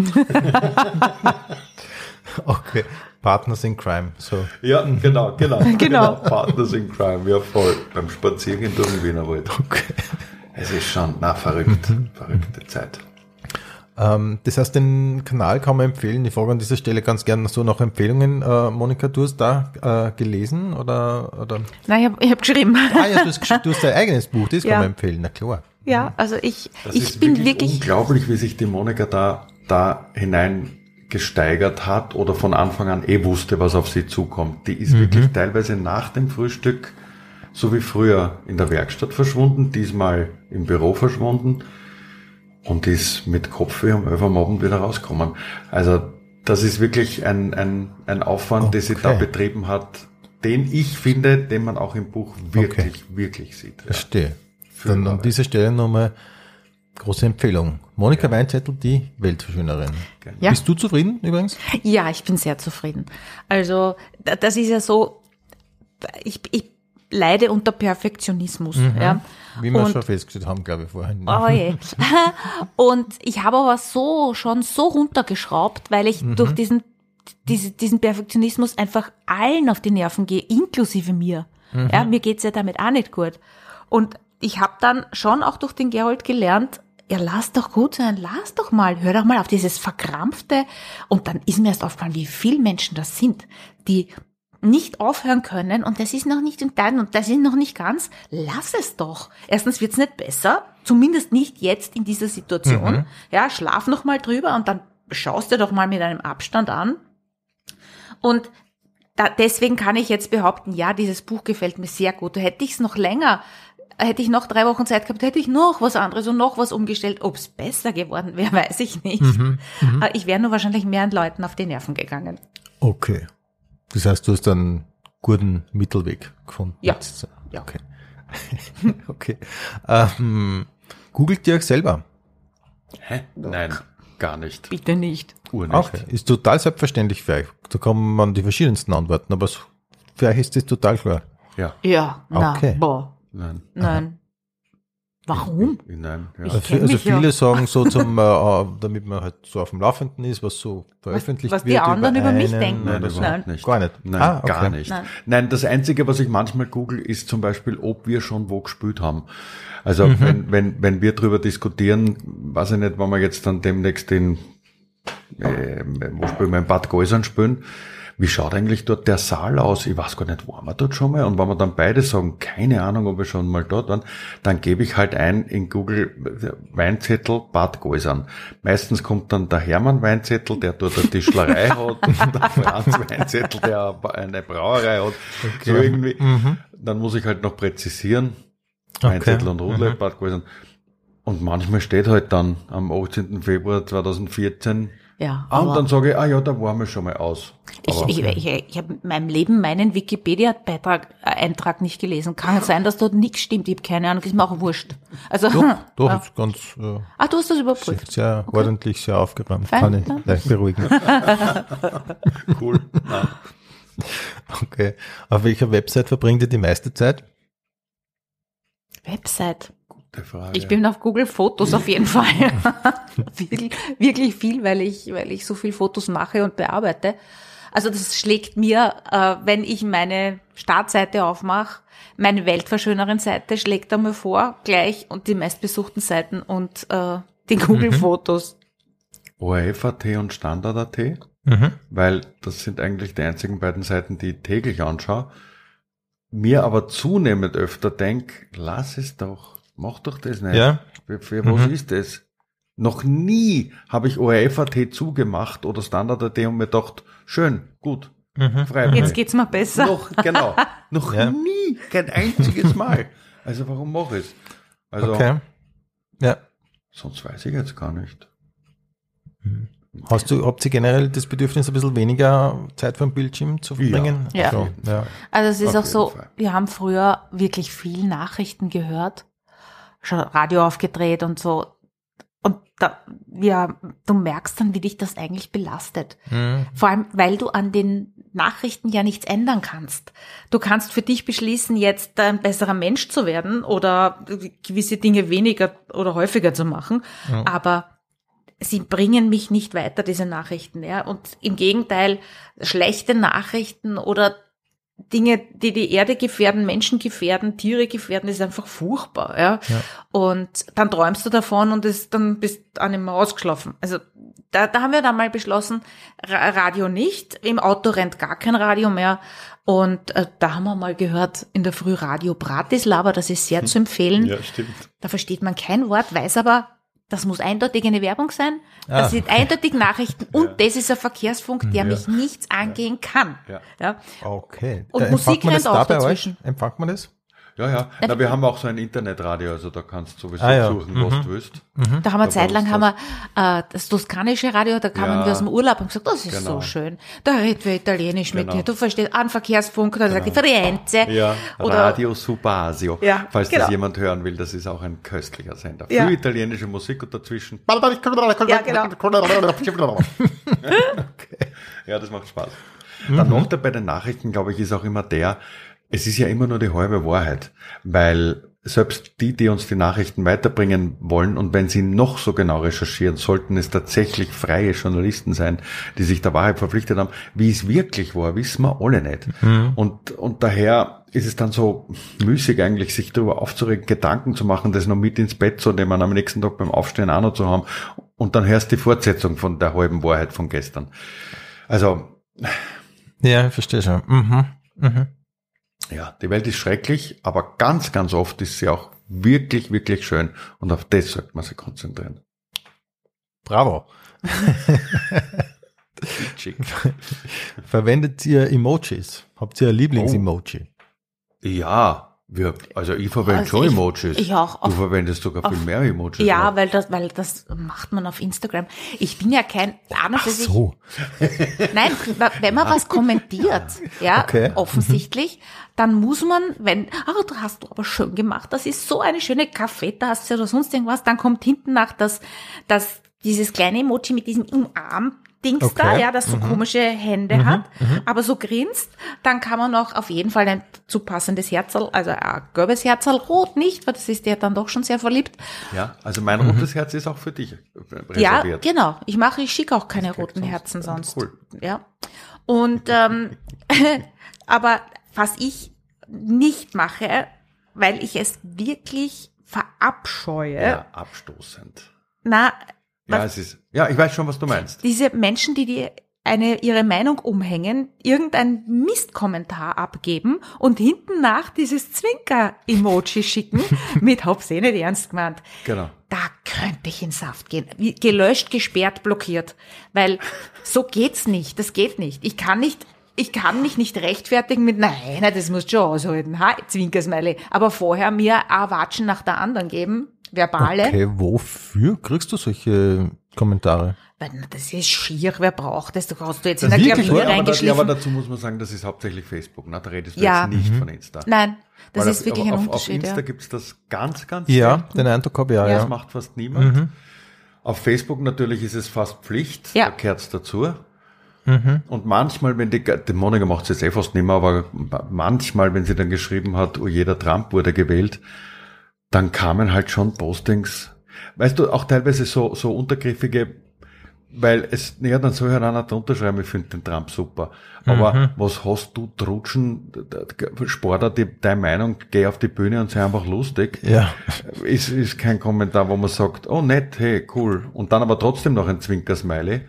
Okay. Partners in Crime. So. Ja, genau, genau. Genau. Partners in Crime, ja voll. Beim Spaziergehen durch den Wienerwald. Okay. Es ist schon, na verrückt, verrückte Zeit. Ähm, das heißt, den Kanal kann man empfehlen. Ich frage an dieser Stelle ganz gerne so nach Empfehlungen. Äh, Monika, du hast da äh, gelesen oder? oder? Nein, ich habe ich hab geschrieben. Ah ja, du hast, gesch- du hast dein eigenes Buch, das Ja. kann man empfehlen, na klar. Ja, also ich, Das ich ist bin wirklich, wirklich, unglaublich, wie sich die Monika da, da hinein gesteigert hat oder von Anfang an eh wusste, was auf sie zukommt. Die ist wirklich teilweise nach dem Frühstück, so wie früher, in der Werkstatt verschwunden, diesmal im Büro verschwunden und ist mit Kopfweh um elf Uhr am Abend wieder rausgekommen. Also das ist wirklich ein, ein, ein Aufwand, den sie da Okay. betrieben hat, den ich finde, den man auch im Buch wirklich, wirklich sieht. Ja. Verstehe. Für Dann an Arbeit. dieser Stelle nochmal große Empfehlung. Monika Weinzettel, die Weltverschönerin. Ja. Bist du zufrieden übrigens? ja, ich bin sehr zufrieden. Also, da- das ist ja so, ich, ich leide unter Perfektionismus, ja. Wie wir Und- schon festgestellt haben, glaube ich, vorhin. Oh je. Und ich habe aber so, schon so runtergeschraubt, weil ich durch diesen, diese, diesen Perfektionismus einfach allen auf die Nerven gehe, inklusive mir. Ja, mir geht's ja damit auch nicht gut. Und ich habe dann schon auch durch den Gerold gelernt, ja, lass doch gut sein, lass doch mal, hör doch mal auf dieses Verkrampfte. Und dann ist mir erst aufgefallen, wie viele Menschen das sind, die nicht aufhören können und das ist noch nicht in deinem und das ist noch nicht ganz, lass es doch. Erstens wird's nicht besser, zumindest nicht jetzt in dieser Situation. Ja, schlaf noch mal drüber und dann schaust dir doch mal mit einem Abstand an. Und da, deswegen kann ich jetzt behaupten, ja, dieses Buch gefällt mir sehr gut. Hätte ich es noch länger, hätte ich noch drei Wochen Zeit gehabt, hätte ich noch was anderes und noch was umgestellt. Ob es besser geworden wäre, weiß ich nicht. Aber ich wäre nur wahrscheinlich mehr an Leuten auf die Nerven gegangen. Okay. Das heißt, du hast einen guten Mittelweg gefunden. Ja. Jetzt. Ja. Okay. Okay. Ähm, googelt ihr euch selber? Hä? Nein, gar nicht. Bitte nicht. Ur nicht. Okay. Ist total selbstverständlich für euch. Da kann man die verschiedensten antworten, aber so- für euch ist das total klar. Ja, Ja, na, Okay. boah, nein. nein. Warum? Nein, ja. Ich Also, kenn also mich ja. viele sagen so zum, äh, äh, damit man halt so auf dem Laufenden ist, was so veröffentlicht was die wird. anderen über mich einen denken. Nein, oder so. überhaupt Nein. nicht. Gar nicht. Nein, Ah, okay. gar nicht. Nein. Nein. das Einzige, was ich manchmal google, ist zum Beispiel, ob wir schon wo gespielt haben. Also Mhm. wenn, wenn, wenn wir drüber diskutieren, weiß ich nicht, wenn wir jetzt dann demnächst in, äh, wo spielen wir in Bad Gäusern spielen, wie schaut eigentlich dort der Saal aus? Ich weiß gar nicht, waren wir dort schon mal? Und wenn wir dann beide sagen, keine Ahnung, ob wir schon mal dort waren, dann gebe ich halt ein in Google Weinzettel Bad Gäusern. Meistens kommt dann der Hermann Weinzettel, der dort eine Tischlerei hat, und der Franz Weinzettel, der eine Brauerei hat. So irgendwie. Dann muss ich halt noch präzisieren. Weinzettel und Rudle, Bad Gäusern. Und manchmal steht halt dann am achtzehnten Februar zweitausendvierzehn, Ja, ah, und aber dann sage ich, ah ja, da waren wir schon mal aus. ich, Aber- ich, ich, ich habe in meinem Leben meinen Wikipedia-Beitrag, äh, Eintrag nicht gelesen. Kann sein, dass dort nichts stimmt. Ich habe keine Ahnung, ist mir auch wurscht. Also, Doch, doch, ja. ist ganz äh, Ah, du hast das überprüft. sehr ordentlich, sehr aufgeräumt. Fein, Kann ich ja. leicht beruhigen. Cool. Nein. Okay. Auf welcher Website verbringt ihr die meiste Zeit? Website. Gute Frage. Ich bin auf Google Fotos auf jeden Fall. wirklich, wirklich viel, weil ich, weil ich so viel Fotos mache und bearbeite. Also das schlägt mir, äh, wenn ich meine Startseite aufmache, meine Weltverschönerin-Seite schlägt einmal vor, gleich, und die meistbesuchten Seiten und äh, die Google-Fotos. O R F Punkt A T und Standard Punkt A T, Mhm. weil das sind eigentlich die einzigen beiden Seiten, die ich täglich anschaue. Mir aber zunehmend öfter denk, lass es doch, mach doch das nicht. Ja. Für, für was ist das? Noch nie habe ich O R F Punkt A T zugemacht oder Standard Punkt A T und mir gedacht, schön, gut, Mhm. freiwillig. Jetzt geht's mir besser. Noch, genau, noch Ja. nie, kein einziges Mal. Also warum mache ich es? Also, Okay. Ja. sonst weiß ich jetzt gar nicht. Hast du, habt ihr generell das Bedürfnis, ein bisschen weniger Zeit vom Bildschirm zu verbringen? Ja. So, ja. Also es ist Auf auch so, jeden Fall. wir haben früher wirklich viel Nachrichten gehört, schon Radio aufgedreht und so. Und da, ja, du merkst dann, wie dich das eigentlich belastet. Mhm. Vor allem, weil du an den Nachrichten ja nichts ändern kannst. Du kannst für dich beschließen, jetzt ein besserer Mensch zu werden oder gewisse Dinge weniger oder häufiger zu machen. Ja. Aber sie bringen mich nicht weiter, diese Nachrichten. Ja. Und im Gegenteil, schlechte Nachrichten oder Dinge, die die Erde gefährden, Menschen gefährden, Tiere gefährden, ist einfach furchtbar. Ja? Ja. Und dann träumst du davon und ist, dann bist du auch nicht mehr ausgeschlafen. Also da, da haben wir dann mal beschlossen, Ra- Radio nicht, im Auto rennt gar kein Radio mehr. Und äh, da haben wir mal gehört, in der Früh Radio Bratislava, das ist sehr zu empfehlen. Ja, stimmt. Da versteht man kein Wort, weiß aber, das muss eindeutig eine Werbung sein. Ah. Das sind eindeutig Nachrichten und das ist ein Verkehrsfunk, der Ja. mich nichts angehen kann. Ja. Ja. Okay. Und Äh, Musik empfängt man das rennt auch da bei dazwischen. euch? Empfängt man das? Ja, ja. Na, wir haben auch so ein Internetradio, also da kannst du sowieso Ah, ja. suchen, was Mhm. du willst. Da haben wir Da zeitlang bei haben uns wir äh, das toskanische Radio, da kamen Ja. wir aus dem Urlaub und gesagt, das ist Genau. so schön. Da redet wir Italienisch mit Genau. dir. Du verstehst einen Verkehrsfunk, da sagt die Frienze. Ja, Oder Radio Subasio. Ja, Falls genau. das jemand hören will, das ist auch ein köstlicher Sender. Ja. Viel italienische Musik und dazwischen. Ja, genau. Ja, das macht Spaß. Der Nachteil bei den Nachrichten, glaube ich, ist auch immer der, es ist ja immer nur die halbe Wahrheit, weil selbst die, die uns die Nachrichten weiterbringen wollen und wenn sie noch so genau recherchieren, sollten es tatsächlich freie Journalisten sein, die sich der Wahrheit verpflichtet haben. Wie es wirklich war, wissen wir alle nicht. Und, und daher ist es dann so müßig eigentlich, sich darüber aufzuregen, Gedanken zu machen, das noch mit ins Bett zu nehmen, am nächsten Tag beim Aufstehen auch noch zu haben und dann hörst du die Fortsetzung von der halben Wahrheit von gestern. Also, Ja, ich verstehe schon. Mhm. Mhm. ja, die Welt ist schrecklich, aber ganz, ganz oft ist sie auch wirklich, wirklich schön und auf das sollte man sich konzentrieren. Bravo. Schick. Verwendet ihr Emojis? Habt ihr ein Lieblings-Emoji? Ja, wir, also ich verwende Also schon ich- Emojis. ich auch. Du Auf- verwendest sogar viel mehr Emojis. Ja, noch. weil das, weil das macht man auf Instagram. Ich bin ja kein Ahnung, Ach dass ich, so. nein, wenn man was kommentiert, ja, Okay. offensichtlich, dann muss man, wenn, ah, das hast du aber schön gemacht, das ist so eine schöne Kaffeetasse oder sonst irgendwas, dann kommt hinten nach das, das, dieses kleine Emoji mit diesem Umarm-Dings da, Okay. ja, das so komische Hände hat, aber so grinst, dann kann man noch auf jeden Fall ein zu passendes Herzl, also ein gelbes Herzl, rot nicht, weil das ist ja dann doch schon sehr verliebt. Ja, also mein rotes Herz ist auch für dich Ja, reserviert. genau. Ich mache, ich schicke auch keine Das kriegt roten sonst- Herzen sonst. Cool. Ja. Und ähm, aber was ich nicht mache, weil ich es wirklich verabscheue, Ja, abstoßend. na, Ja, was, es ist, ja, ich weiß schon, was du meinst. diese Menschen, die die eine, ihre Meinung umhängen, irgendein Mistkommentar abgeben und hinten nach dieses Zwinker-Emoji schicken mit hab's eh nicht ernst gemeint. Genau. Da könnte ich in Saft gehen. Wie gelöscht, gesperrt, blockiert. Weil so geht's nicht. Das geht nicht. Ich kann nicht, ich kann mich nicht rechtfertigen mit, nein, nein, das musst du schon aushalten. Ha, Zwinkersmeile. Aber vorher mir ein Watschen nach der anderen geben. Verbale. Okay, wofür kriegst du solche Kommentare? Weil, na, das ist schier. Wer braucht das? Du hast du jetzt in Das der ist wirklich, Klavier Ja, aber, da, ja, aber reingeschliffen. dazu muss man sagen, das ist hauptsächlich Facebook. Ne? Da redest du Ja. jetzt nicht von Insta. Nein, das Weil ist auf, wirklich aber ein auf, Unterschied. Auf Insta Ja. gibt's das ganz, ganz Ja, selten. den Eindruck habe ich auch, Das ja. macht fast niemand. Mhm. Auf Facebook natürlich ist es fast Pflicht, Ja. da gehört's dazu. Mhm. Und manchmal, wenn die, die Monika macht es jetzt eh fast nicht mehr, aber manchmal, wenn sie dann geschrieben hat, oh, jeder Trump wurde gewählt, dann kamen halt schon Postings, weißt du, auch teilweise so, so untergriffige, weil es, ja, dann soll halt einer da unterschreiben, ich finde den Trump super. Aber Mhm. was hast du Trutschen, Sportler, die, deine Meinung, geh auf die Bühne und sei einfach lustig. Ja. Ist, ist kein Kommentar, wo man sagt, oh nett, hey, cool. Und dann aber trotzdem noch ein Zwinkersmiley.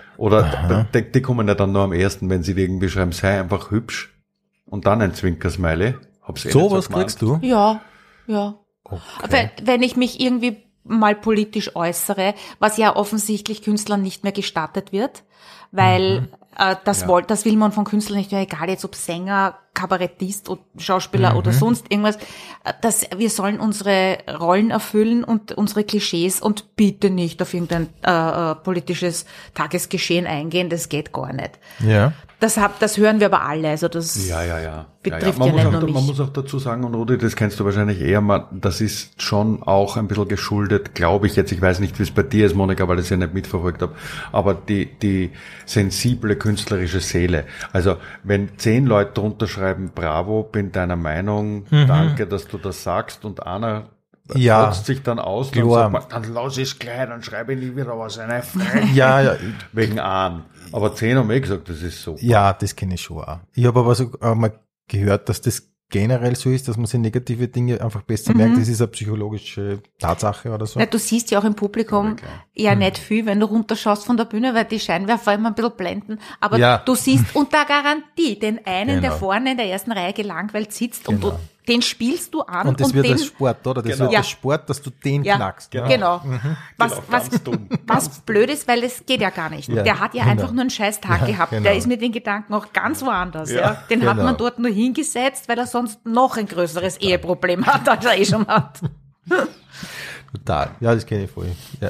Oder die, die kommen ja dann nur am ersten, wenn sie irgendwie schreiben, sei einfach hübsch. Und dann ein Zwinkersmiley. Hab's eh So nicht was gemeint. kriegst du? Ja, ja. Okay. Wenn, wenn ich mich irgendwie mal politisch äußere, was ja offensichtlich Künstlern nicht mehr gestattet wird, weil Mhm. äh, das, Ja. wollt, das will man von Künstlern nicht, ja, egal jetzt ob Sänger, Kabarettist oder Schauspieler Mhm. oder sonst irgendwas, äh, dass wir sollen unsere Rollen erfüllen und unsere Klischees und bitte nicht auf irgendein äh, äh, politisches Tagesgeschehen eingehen, das geht gar nicht. Ja. Das, hab, das hören wir aber alle, also das Ja, ja, ja. betrifft ja, ja. Man, ja, muss nicht auch, nur da- mich. man muss auch dazu sagen, und Rudi, das kennst du wahrscheinlich eher, man, das ist schon auch ein bisschen geschuldet, glaube ich jetzt, ich weiß nicht, wie es bei dir ist, Monika, weil ich es ja nicht mitverfolgt habe, aber die, die sensible künstlerische Seele. Also wenn zehn Leute drunter schreiben, bravo, bin deiner Meinung, Mhm. danke, dass du das sagst, und einer Ja. kotzt sich dann aus, dann Klar. sagt man, dann lass es gleich, dann schreibe ich nie wieder was, eine Frechheit. Ja, ja, Wegen an. Aber zehn haben eh gesagt, das ist so. ja, das kenne ich schon auch. Ich habe aber so auch mal gehört, dass das generell so ist, dass man sich negative Dinge einfach besser Mhm. merkt. Das ist eine psychologische Tatsache oder so. Ja, du siehst ja auch im Publikum ja Hm. nicht viel, wenn du runterschaust von der Bühne, weil die Scheinwerfer immer ein bisschen blenden. Aber Ja. du siehst unter Garantie den einen, der Genau. vorne in der ersten Reihe gelangweilt sitzt und Genau. du, den spielst du an Und das und wird den, als Sport, oder? Das Genau. wird Ja. als Sport, dass du den ja, knackst. ne? genau. Was, Genau, was, ganz dumm. was blöd ist, weil es geht ja gar nicht. Ja, der hat ja genau. einfach nur einen scheiß Tag Ja, gehabt. genau. Der ist mit den Gedanken auch ganz woanders. Ja. Ja, Den hat genau. man dort nur hingesetzt, weil er sonst noch ein größeres Eheproblem hat, als er eh schon hat. Total. Ja, das kenne ich voll. Ja.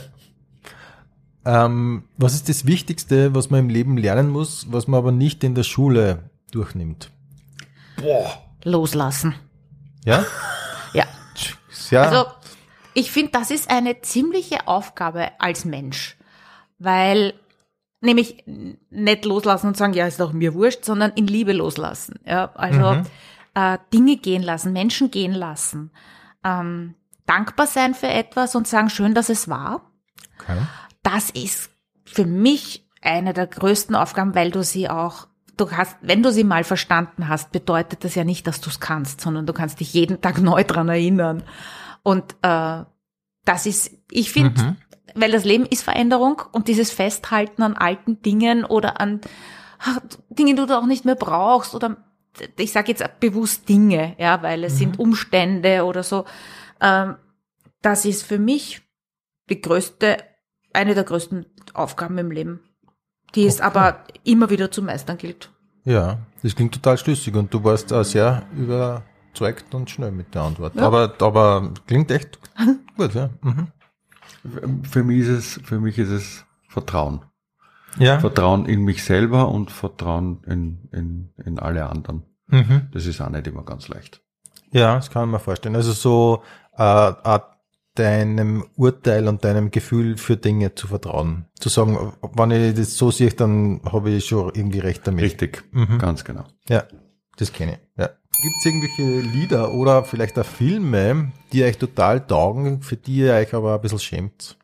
Ähm, was ist das Wichtigste, was man im Leben lernen muss, was man aber nicht in der Schule durchnimmt? Boah. Loslassen. Ja? Ja. Ja. Also, ich finde, das ist eine ziemliche Aufgabe als Mensch, weil nämlich nicht loslassen und sagen, ja, ist doch mir wurscht, sondern in Liebe loslassen. Ja, also Mhm. äh, Dinge gehen lassen, Menschen gehen lassen, ähm, dankbar sein für etwas und sagen, schön, dass es war. okay. Das ist für mich eine der größten Aufgaben, weil du sie auch, du hast, wenn du sie mal verstanden hast, bedeutet das ja nicht, dass du es kannst, sondern du kannst dich jeden Tag neu dran erinnern. Und äh, das ist, ich finde, Mhm. weil das Leben ist Veränderung und dieses Festhalten an alten Dingen oder an ach, Dingen, die du auch nicht mehr brauchst oder ich sage jetzt bewusst Dinge, ja, weil es sind Umstände oder so. Ähm, das ist für mich die größte, eine der größten Aufgaben im Leben, die es Okay. aber immer wieder zu meistern gilt. Ja, das klingt total schlüssig und du warst auch sehr überzeugt und schnell mit der Antwort. Ja. Aber, aber klingt echt gut, ja. Mhm. Für mich ist es, für mich ist es Vertrauen. Ja. Vertrauen in mich selber und Vertrauen in, in, in alle anderen. Mhm. Das ist auch nicht immer ganz leicht. Ja, das kann man mir vorstellen. Also so äh, äh, deinem Urteil und deinem Gefühl für Dinge zu vertrauen. Zu sagen, wenn ich das so sehe, dann habe ich schon irgendwie recht damit. Richtig, Mhm. ganz genau. Ja, das kenne ich. Ja. Gibt es irgendwelche Lieder oder vielleicht auch Filme, die euch total taugen, für die ihr euch aber ein bisschen schämt?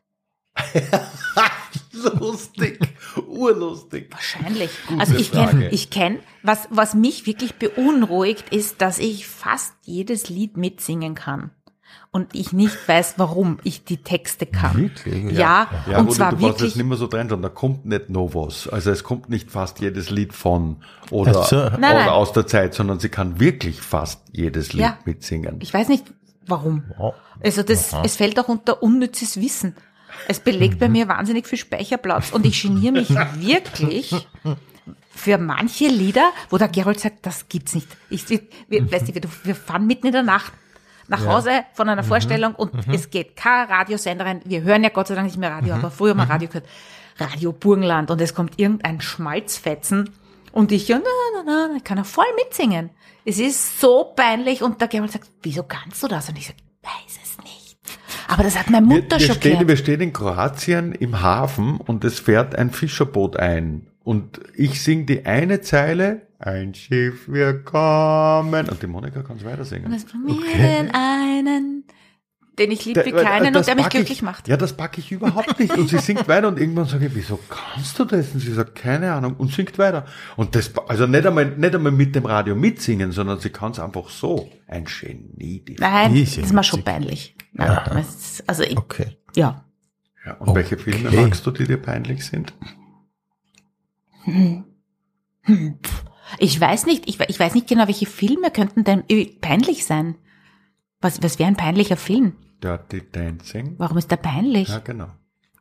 Lustig, urlustig. Wahrscheinlich. Gute Also ich Frage. kenne, ich kenne, was, was mich wirklich beunruhigt, ist, dass ich fast jedes Lied mitsingen kann. Und ich nicht weiß, warum ich die Texte kann. Wirklich? Ja, Ja, und Rudi, zwar du brauchst wirklich. jetzt nicht mehr so drin, da kommt nicht noch was. Also es kommt nicht fast jedes Lied von oder, Ach so. oder Nein, nein. aus der Zeit, sondern sie kann wirklich fast jedes Lied Ja. mitsingen. Ich weiß nicht, warum. Wow. Also das, es fällt auch unter unnützes Wissen. Es belegt bei mir wahnsinnig viel Speicherplatz und ich geniere mich wirklich für manche Lieder, wo der Gerold sagt, das gibt's nicht. Ich, wir, wir, weißt du, wir, wir fahren mitten in der Nacht nach Hause von einer Vorstellung und es geht kein Radiosender rein. Wir hören ja Gott sei Dank nicht mehr Radio, aber früher mal Radio gehört. Radio Burgenland und es kommt irgendein Schmalzfetzen und ich, ja, na, na, na, kann er voll mitsingen. Es ist so peinlich und der Gerold sagt, wieso kannst du das? Und ich sage, weiß es nicht. Aber das hat meine Wir, Mutter wir, schon stehen, gehört. wir stehen in Kroatien im Hafen und es fährt ein Fischerboot ein. Und ich sing die eine Zeile, ein Schiff wir kommen. Und die Monika kann es weiter Und singen. es von mir den einen, den ich lieb wie Der- keinen das und der mich pack glücklich ich, macht. Ja, das packe ich überhaupt nicht. Und sie singt weiter und irgendwann sage ich, wieso kannst du das? Und sie sagt, keine Ahnung, und singt weiter. Und das, also nicht einmal, nicht einmal mit dem Radio mitsingen, sondern sie kann es einfach so. Ein Genie. Die Nein, Die das ist ist mir schon witzig. peinlich. Nein, das ist- also ich, Okay. ja. Ja, und welche Filme Okay. magst du, die dir peinlich sind? Ich weiß nicht, ich, we- ich weiß nicht genau, welche Filme könnten denn äh, peinlich sein. Was, was wäre ein peinlicher Film? Dirty Dancing. Warum ist der peinlich? Ja, genau.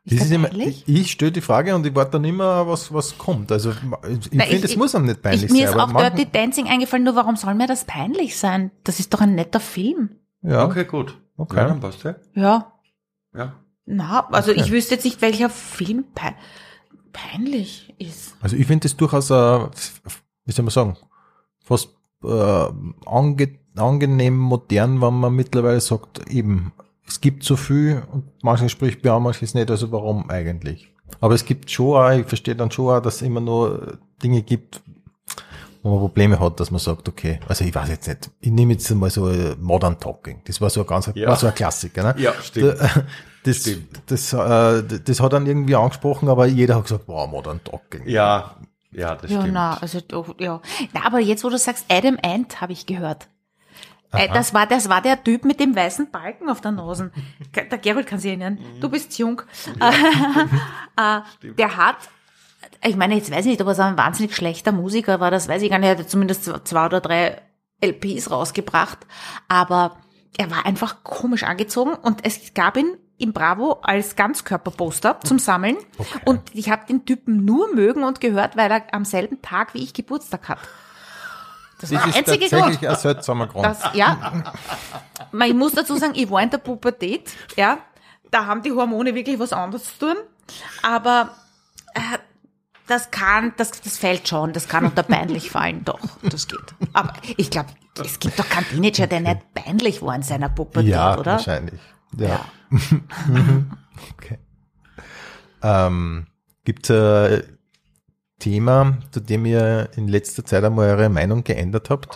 Das ist das immer, peinlich? ich, ich stelle die Frage und ich warte dann immer, was, was kommt. Also ich Na, finde, es muss einem nicht peinlich ich, Mir sein. ist auch aber manchen- Dirty Dancing eingefallen, nur warum soll mir das peinlich sein? Das ist doch ein netter Film. ja, Okay, gut. Okay. Ja, dann passt ja. Ja. Ja. Na, also Okay. ich wüsste jetzt nicht, welcher Film pein peinlich ist. Also ich finde das durchaus, äh, wie soll man sagen, fast äh, ange angenehm modern, wenn man mittlerweile sagt, eben, es gibt so viel und manches spricht ja, manches nicht, also warum eigentlich? Aber es gibt schon auch, ich verstehe dann schon auch, dass es immer nur Dinge gibt, wo man Probleme hat, dass man sagt, okay, also ich weiß jetzt nicht, ich nehme jetzt mal so äh, Modern Talking, das war so ein ganz, Ja. war so ein Klassiker, ne? Ja, stimmt. Da- Das, Stimmt. das, äh, das hat dann irgendwie angesprochen, aber jeder hat gesagt, wow, Modern Talking. Ja, ja, das Ja, stimmt. na, also doch, ja. Na, aber jetzt, wo du sagst, Adam Ant, habe ich gehört. Äh, Aha. das war, das war der Typ mit dem weißen Balken auf der Nase. Der Gerald kann sich erinnern. Du bist jung. äh, der hat, ich meine, jetzt weiß ich nicht, ob er so ein wahnsinnig schlechter Musiker war, das weiß ich gar nicht. Er hat zumindest zwei oder drei L Ps rausgebracht. Aber er war einfach komisch angezogen und es gab ihn im Bravo als Ganzkörperposter zum Sammeln. Okay. Und ich habe den Typen nur mögen und gehört, weil er am selben Tag wie ich Geburtstag hat. Das war Das der ist einzige tatsächlich Grund. ein seltsamer Grund. Das, ja. Man, ich muss dazu sagen, ich war in der Pubertät, ja. Da haben die Hormone wirklich was anderes zu tun. Aber äh, das kann, das, das fällt schon, das kann unter peinlich fallen, doch, das geht. Aber ich glaube, es gibt doch keinen Teenager, der nicht peinlich war in seiner Pubertät, ja, oder? wahrscheinlich. Ja. Ja. Okay. Ähm, gibt es ein Thema, zu dem ihr in letzter Zeit einmal eure Meinung geändert habt?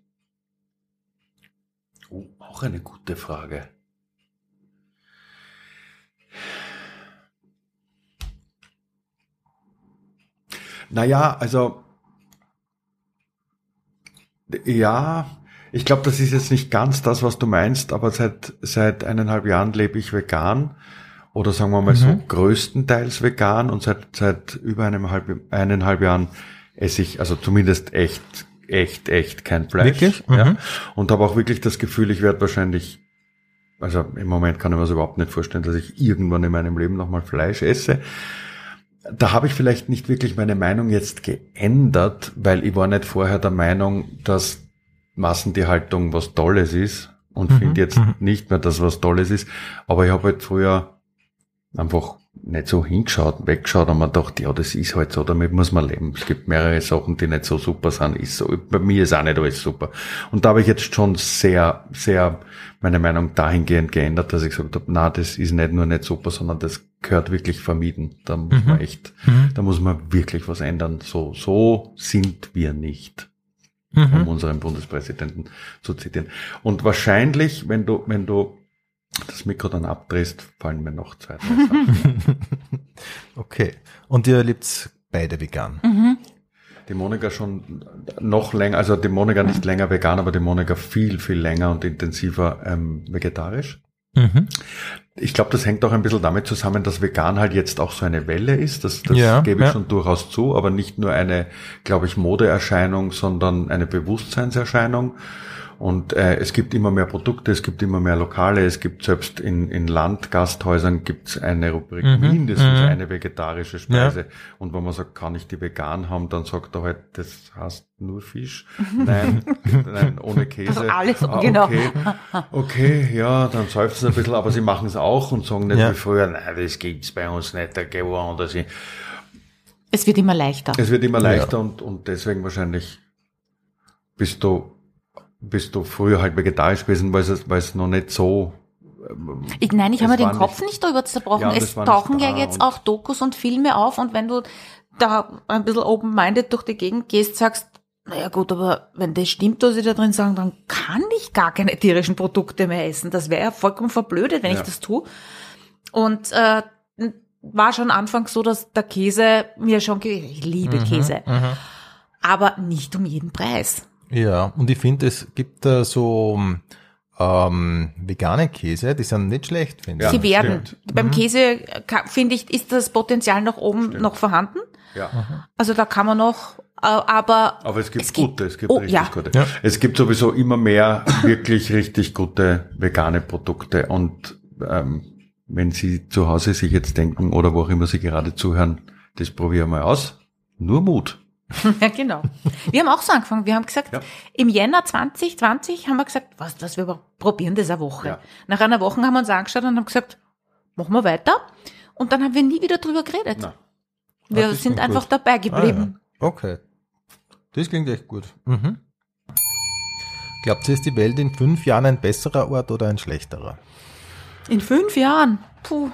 Oh, auch eine gute Frage. Naja, also, ja, ich glaube, das ist jetzt nicht ganz das, was du meinst, aber seit, seit eineinhalb Jahren lebe ich vegan oder sagen wir mal Mhm. so größtenteils vegan und seit, seit über einem halb, eineinhalb Jahren esse ich, also zumindest echt, echt, echt kein Fleisch. Wirklich? Ja. Mhm. Und habe auch wirklich das Gefühl, ich werde wahrscheinlich, also im Moment kann ich mir das überhaupt nicht vorstellen, dass ich irgendwann in meinem Leben nochmal Fleisch esse. Da habe ich vielleicht nicht wirklich meine Meinung jetzt geändert, weil ich war nicht vorher der Meinung, dass Massentierhaltung was Tolles ist und Mhm. finde jetzt Mhm. nicht mehr, dass was Tolles ist. Aber ich habe halt früher einfach nicht so hingeschaut, weggeschaut und mir gedacht, ja, das ist halt so, damit muss man leben. Es gibt mehrere Sachen, die nicht so super sind. Ist so, bei mir ist auch nicht alles super. Und da habe ich jetzt schon sehr, sehr meine Meinung dahingehend geändert, dass ich gesagt habe, na, das ist nicht nur nicht super, sondern das gehört wirklich vermieden. Da muss Mhm. man echt, Mhm. da muss man wirklich was ändern. So, so sind wir nicht, um Mhm. unseren Bundespräsidenten zu zitieren. Und wahrscheinlich, wenn du, wenn du das Mikro dann abdrehst, fallen mir noch zwei, drei Sachen. Okay. Und ihr lebt beide vegan? Mhm. Die Monika schon noch länger, also die Monika nicht länger vegan, aber die Monika viel, viel länger und intensiver ähm, vegetarisch. Mhm. Ich glaube, das hängt auch ein bisschen damit zusammen, dass vegan halt jetzt auch so eine Welle ist. Das, das Ja, gebe ich ja. schon durchaus zu, aber nicht nur eine, glaube ich, Modeerscheinung, sondern eine Bewusstseinserscheinung. Und äh, es gibt immer mehr Produkte, es gibt immer mehr Lokale, es gibt selbst in, in Landgasthäusern gibt es eine Rubrik Mhm, mindestens mhm. eine vegetarische Speise. Und wenn man sagt, kann ich die vegan haben, dann sagt er halt, das heißt nur Fisch. Nein, nein, ohne Käse. Also alles, Ah, genau. Okay, okay, ja, dann seufzt es ein bisschen, aber sie machen es auch und sagen nicht Ja. wie früher, nein, das gibt's bei uns nicht, da geh woanders hin. Es wird immer leichter. Es wird immer Ja. leichter und, und deswegen wahrscheinlich bist du bist du früher halt vegetarisch gewesen, weil es, weil es noch nicht so... ähm, Ich, nein, ich es habe mir den war Kopf nicht- nicht darüber zerbrochen. Ja, und es es war tauchen nicht ja da jetzt und- auch Dokus und Filme auf und wenn du da ein bisschen open-minded durch die Gegend gehst, sagst, naja gut, aber wenn das stimmt, was sie da drin sagen, dann kann ich gar keine tierischen Produkte mehr essen. Das wäre ja vollkommen verblödet, wenn Ja. ich das tue. Und äh, war schon anfangs so, dass der Käse mir schon, ge- ich liebe Käse, Mhm. aber nicht um jeden Preis. Ja, und ich finde, es gibt da so ähm, vegane Käse, die sind nicht schlecht, finde Ja, ich. Sie werden. stimmt. Beim Käse, ka- finde ich, ist das Potenzial nach oben Stimmt. noch vorhanden. Ja. Also da kann man noch, äh, aber Aber es gibt Es gibt- gute, es gibt Oh, richtig ja. gute. Ja. Es gibt sowieso immer mehr wirklich richtig gute vegane Produkte und ähm, wenn Sie zu Hause sich jetzt denken oder wo auch immer Sie gerade zuhören, das probieren wir mal aus. Nur Mut. Ja, genau. Wir haben auch so angefangen. Wir haben gesagt, Ja. im Jänner zwanzig zwanzig haben wir gesagt, was, was wir probieren das eine Woche. Ja. Nach einer Woche haben wir uns angeschaut und haben gesagt, machen wir weiter. Und dann haben wir nie wieder drüber geredet. Na. Wir Ah, das sind klingt einfach gut. dabei geblieben. Ah, ja. Okay. Das klingt echt gut. Mhm. Glaubt ihr, ist die Welt in fünf Jahren ein besserer Ort oder ein schlechterer? In fünf Jahren. Puh.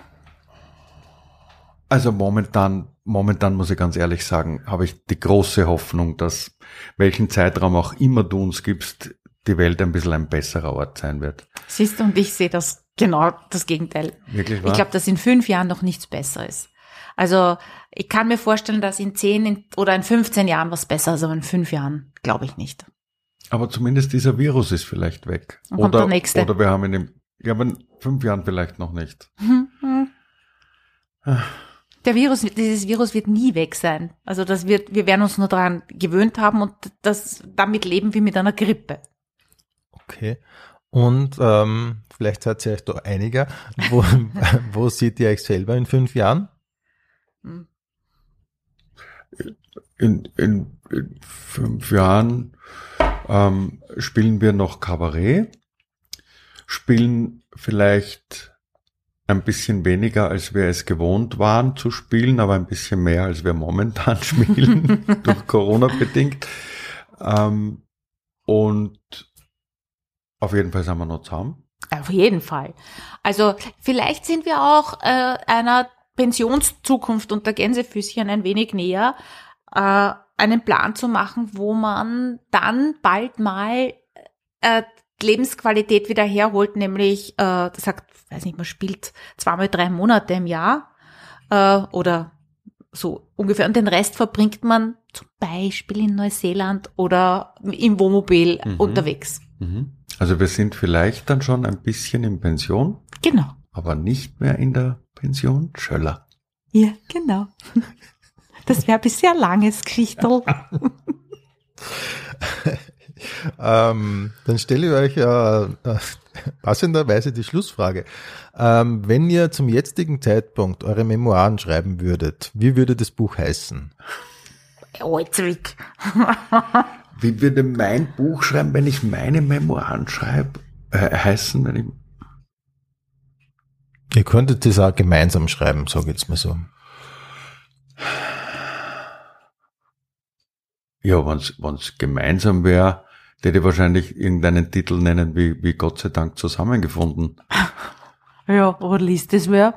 Also momentan, momentan muss ich ganz ehrlich sagen, habe ich die große Hoffnung, dass welchen Zeitraum auch immer du uns gibst, die Welt ein bisschen ein besserer Ort sein wird. Siehst du, und ich sehe das genau das Gegenteil. Wirklich wahr? Ich glaube, dass in fünf Jahren noch nichts besser ist. Also ich kann mir vorstellen, dass in zehn in, oder in fünfzehn Jahren was besser ist, aber in fünf Jahren glaube ich nicht. Aber zumindest dieser Virus ist vielleicht weg. Dann kommt oder, der nächste. Oder wir haben ihn im, ja, aber in fünf Jahren vielleicht noch nicht. Der Virus, dieses Virus wird nie weg sein. Also das wird, wir werden uns nur daran gewöhnt haben und das damit leben wie mit einer Grippe. Okay. Und ähm, vielleicht seid ihr euch da einiger. Wo, wo seht ihr euch selber in fünf Jahren? In, in, in fünf Jahren ähm, spielen wir noch Kabarett, spielen vielleicht ein bisschen weniger, als wir es gewohnt waren zu spielen, aber ein bisschen mehr, als wir momentan spielen, durch Corona bedingt. Ähm, und auf jeden Fall sind wir noch zusammen. Auf jeden Fall. Also vielleicht sind wir auch äh, einer Pensionszukunft unter Gänsefüßchen ein wenig näher, äh, einen Plan zu machen, wo man dann bald mal äh, Lebensqualität wieder herholt, nämlich, äh, das sagt, weiß nicht, man spielt zweimal drei Monate im Jahr äh, oder so ungefähr. Und den Rest verbringt man zum Beispiel in Neuseeland oder im Wohnmobil Mhm. unterwegs. Mhm. Also wir sind vielleicht dann schon ein bisschen in Pension, Genau. aber nicht mehr in der Pension Schöller. Ja, genau. Das wäre ein bisschen ein langes Geschichtel. Ähm, dann stelle ich euch äh, äh, passenderweise die Schlussfrage. Ähm, wenn ihr zum jetzigen Zeitpunkt eure Memoiren schreiben würdet, wie würde das Buch heißen? Holzrig. Wie würde mein Buch schreiben, wenn ich meine Memoiren schreibe, äh, heißen, wenn ich... Ihr könntet das auch gemeinsam schreiben, sage ich jetzt mal so. Ja, wenn's, wenn's gemeinsam wäre, hätte ich wahrscheinlich irgendeinen Titel nennen, wie, wie Gott sei Dank zusammengefunden. Ja, aber liest das wer?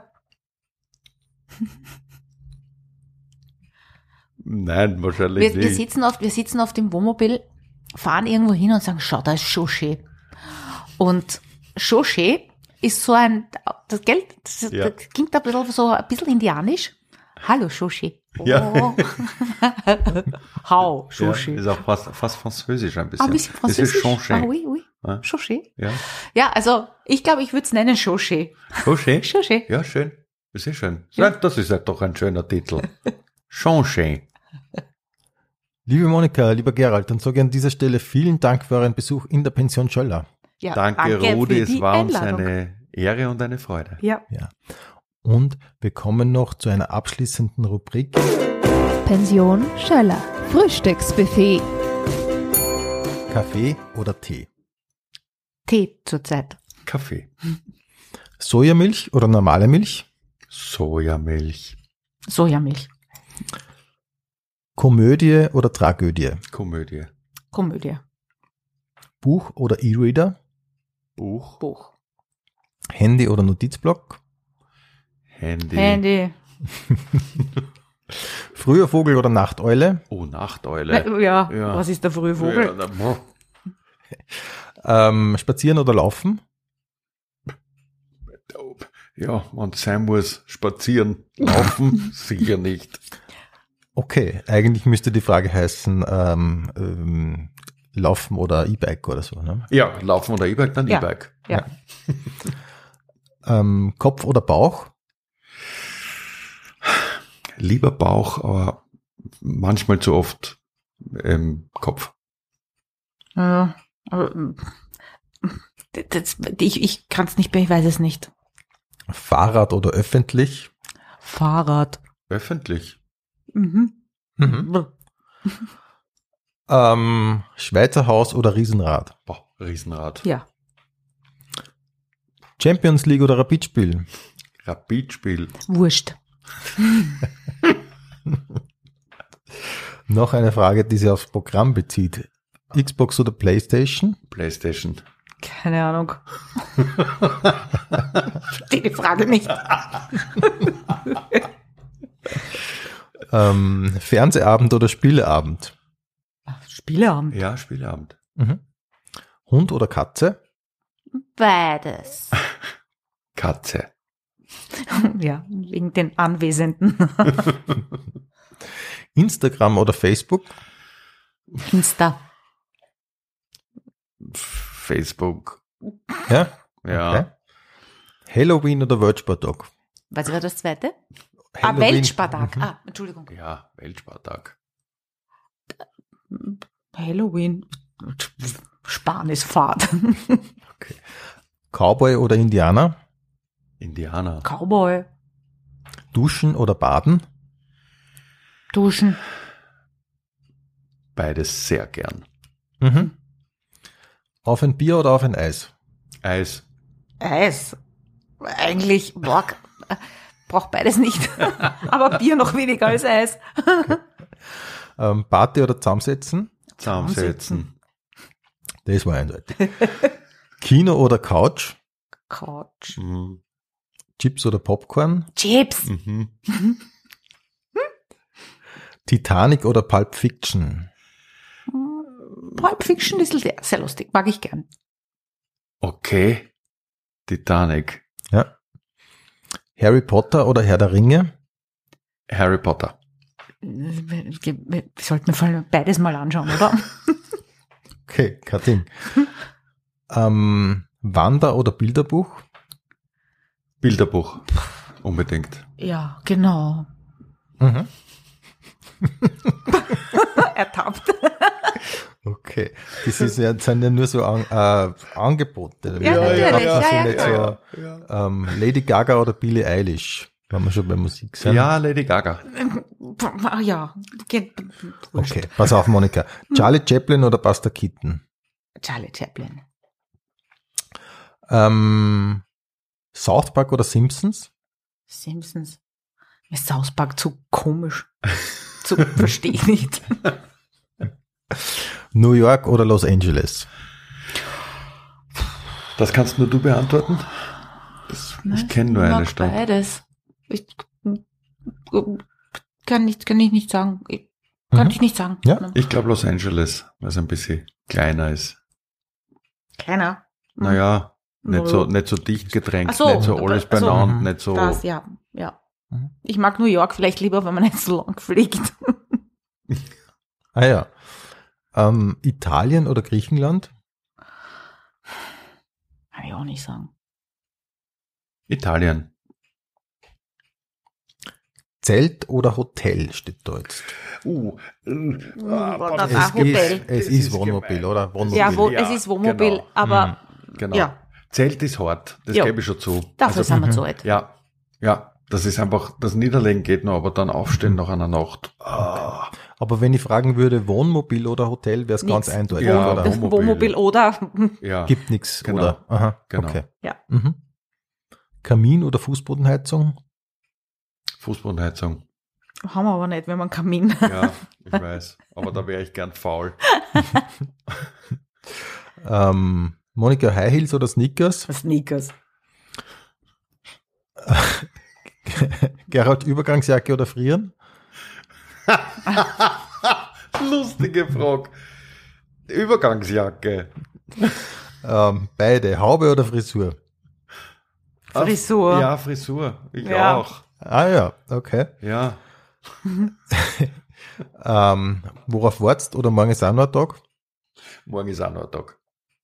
Nein, wahrscheinlich Wir, wir nicht. sitzen oft, wir sitzen oft im Wohnmobil, fahren irgendwo hin und sagen, schau, da ist Shoshi. Und Shoshi ist so ein, das Geld, das, Ja. das klingt ein bisschen so, ein bisschen indianisch. Hallo Shoshi. Ja. Oh. How, Shoshi. Ja, ist auch fast, fast französisch ein bisschen. Ah, ein bisschen französisch. Das ist Chonché. Ah, oui, oui. Ja. Shoshi. Ja. Ja, also ich glaube, ich würde es nennen Shoshi. Chonché? Shoshi. Ja, schön. Das ist schön. Ja. Das ist ja doch ein schöner Titel. Chonché. Liebe Monika, lieber Gerald, dann sage ich an dieser Stelle vielen Dank für euren Besuch in der Pension Schöller. Ja, Danke, für Rudi. Es die war uns Einladung. eine Ehre und eine Freude. Ja. Ja. Und wir kommen noch zu einer abschließenden Rubrik. Pension Schöller. Frühstücksbuffet. Kaffee oder Tee? Tee zurzeit. Kaffee. Sojamilch oder normale Milch? Sojamilch. Sojamilch. Komödie oder Tragödie? Komödie. Komödie. Buch oder E-Reader? Buch. Buch. Handy oder Notizblock? Handy. Handy. Früher Vogel oder Nachteule? Oh, Nachteule. Ja, Ja. was ist der frühe Vogel? Ja, da- mo- Ähm, spazieren oder laufen? ja, wenn es sein muss, spazieren, laufen, sicher nicht. Okay, eigentlich müsste die Frage heißen, ähm, ähm, laufen oder E-Bike oder so. Ne? Ja, laufen oder E-Bike, dann Ja. E-Bike. Ja. Ähm, Kopf oder Bauch? Lieber Bauch, aber manchmal zu oft ähm, Kopf. Ja, aber, mm, das, ich ich kann es nicht mehr, ich weiß es nicht. Fahrrad oder öffentlich? Fahrrad. Öffentlich. Mhm. Mhm. Ähm, Schweizer Haus oder Riesenrad? Boah, Riesenrad. Ja. Champions League oder Rapidspiel? Rapidspiel. Wurscht. Noch eine Frage, die sich aufs Programm bezieht. Xbox oder Playstation? Playstation. Keine Ahnung. Verstehe die Frage nicht. Ähm, Fernsehabend oder Spieleabend? Spieleabend. Ja, Spieleabend. Mhm. Hund oder Katze? Beides. Katze. Ja, wegen den Anwesenden. Instagram oder Facebook? Insta. Facebook. Ja. Ja. Okay. Halloween oder Weltspartag? Was war das zweite? Ah, Halloween. Weltspartag. Mhm. Ah, Entschuldigung. Ja, Weltspartag. Halloween. Spanisfahrt. Cowboy oder Indianer? Indianer. Cowboy. Duschen oder Baden? Duschen. Beides sehr gern. Mhm. Auf ein Bier oder auf ein Eis? Eis. Eis. Eigentlich, boah, braucht beides nicht. Aber Bier noch weniger als Eis. Ähm, Party oder zusammensetzen? Zusammensetzen. Das war eindeutig. Kino oder Couch? Couch. Mhm. Chips oder Popcorn? Chips. Mhm. Titanic oder Pulp Fiction? Pulp Fiction ist sehr, sehr lustig. Mag ich gern. Okay. Titanic. Ja. Harry Potter oder Herr der Ringe? Harry Potter. Wir sollten wir beides mal anschauen, oder? Okay, kein Ding. ähm, Wander- oder Bilderbuch? Bilderbuch. Unbedingt. Ja, genau. Mhm. Ertappt. Okay. Das ist ja, sind ja nur so an, äh, Angebote. Ja, natürlich. Das Ja, sind ja, nicht klar. so, ähm, Lady Gaga oder Billie Eilish, wenn wir schon bei Musik sind. Ja, Lady Gaga. Ah, ja. Geht- wurscht. Okay, pass auf, Monika. Charlie Chaplin oder Buster Keaton? Charlie Chaplin. Ähm, South Park oder Simpsons? Simpsons. Ist South Park zu komisch. Zu verstehe ich nicht. New York oder Los Angeles? Das kannst nur du beantworten? Das, ich kenne nur eine mag Stadt. Beides. Ich, kann, nicht, kann ich nicht sagen. Ich, kann Mhm. ich nicht sagen. Ja. Ich glaube Los Angeles, weil es ein bisschen kleiner ist. Keiner. Naja, nicht Nö. so, nicht so dicht gedrängt, Ach so, nicht so alles ach so. beieinander, Mhm. nicht so. Das, ja, ja. Mhm. Ich mag New York vielleicht lieber, wenn man nicht so lang fliegt. Ah ja. Ähm, Italien oder Griechenland? Kann ich auch nicht sagen. Italien. Zelt oder Hotel steht da jetzt. Uh, das Es Ah, Hotel. ist, es Das ist ist Wohnmobil, gemein. oder? Wohnmobil. Ja, wo, Ja, es ist Wohnmobil, genau. aber genau. ja, Zelt ist hart, das Ja. gebe ich schon zu. dafür Also, sind wir zu alt. ja, ja, das ist einfach, das Niederlegen geht noch, aber dann aufstehen nach einer Nacht. Ah, Aber wenn ich fragen würde, Wohnmobil oder Hotel, wäre es Nix. ganz eindeutig, Ja, oder? Das Wohnmobil. Wohnmobil oder ja, Gibt nichts, Genau. oder? Aha, Genau. okay. Ja. Mhm. Kamin oder Fußbodenheizung? Fußbodenheizung. haben wir aber nicht, wenn man Kamin. Ja, ich weiß, aber da wäre ich gern faul. Ähm, Monika, High Heels oder Sneakers? Sneakers. Gerald, Übergangsjacke oder Frieren? Lustige Frage. Übergangsjacke. Ähm, beide, Haube oder Frisur? Frisur. Ja, Frisur. Ich Ja. auch. Ah ja, okay. Ja. Ähm, worauf wartest oder morgen ist auch noch ein Tag? Morgen ist auch noch ein Tag.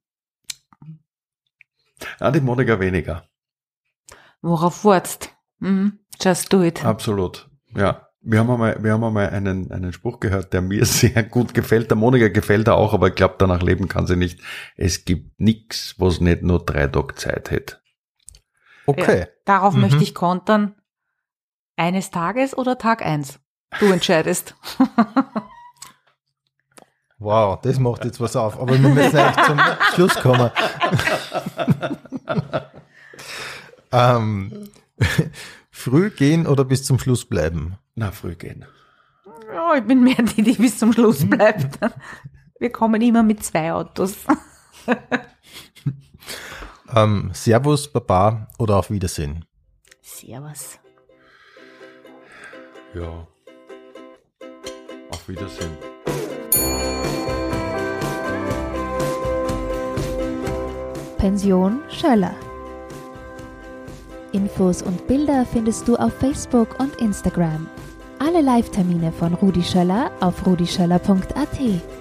Ah, die Monika weniger. Worauf wartest? Mhm. Just do it. Absolut. Ja. Wir haben einmal, wir haben einmal einen, einen Spruch gehört, der mir sehr gut gefällt. Der Monika gefällt er auch, aber ich glaube, danach leben kann sie nicht. Es gibt nichts, was nicht nur drei Tage Zeit hätte. Okay. Ja, darauf Mhm. möchte ich kontern. Eines Tages oder Tag eins? Du entscheidest. Wow, das macht jetzt was auf. Aber wir müssen eigentlich zum Schluss kommen. ähm, früh gehen oder bis zum Schluss bleiben? Na, früh gehen. Ja, ich bin mehr die, die bis zum Schluss bleibt. Wir kommen immer mit zwei Autos. Ähm, Servus, Baba oder auf Wiedersehen? Servus. Ja. Auf Wiedersehen. Pension Schöller. Infos und Bilder findest du auf Facebook und Instagram. Alle Live-Termine von Rudi Schöller auf rudischöller punkt a t.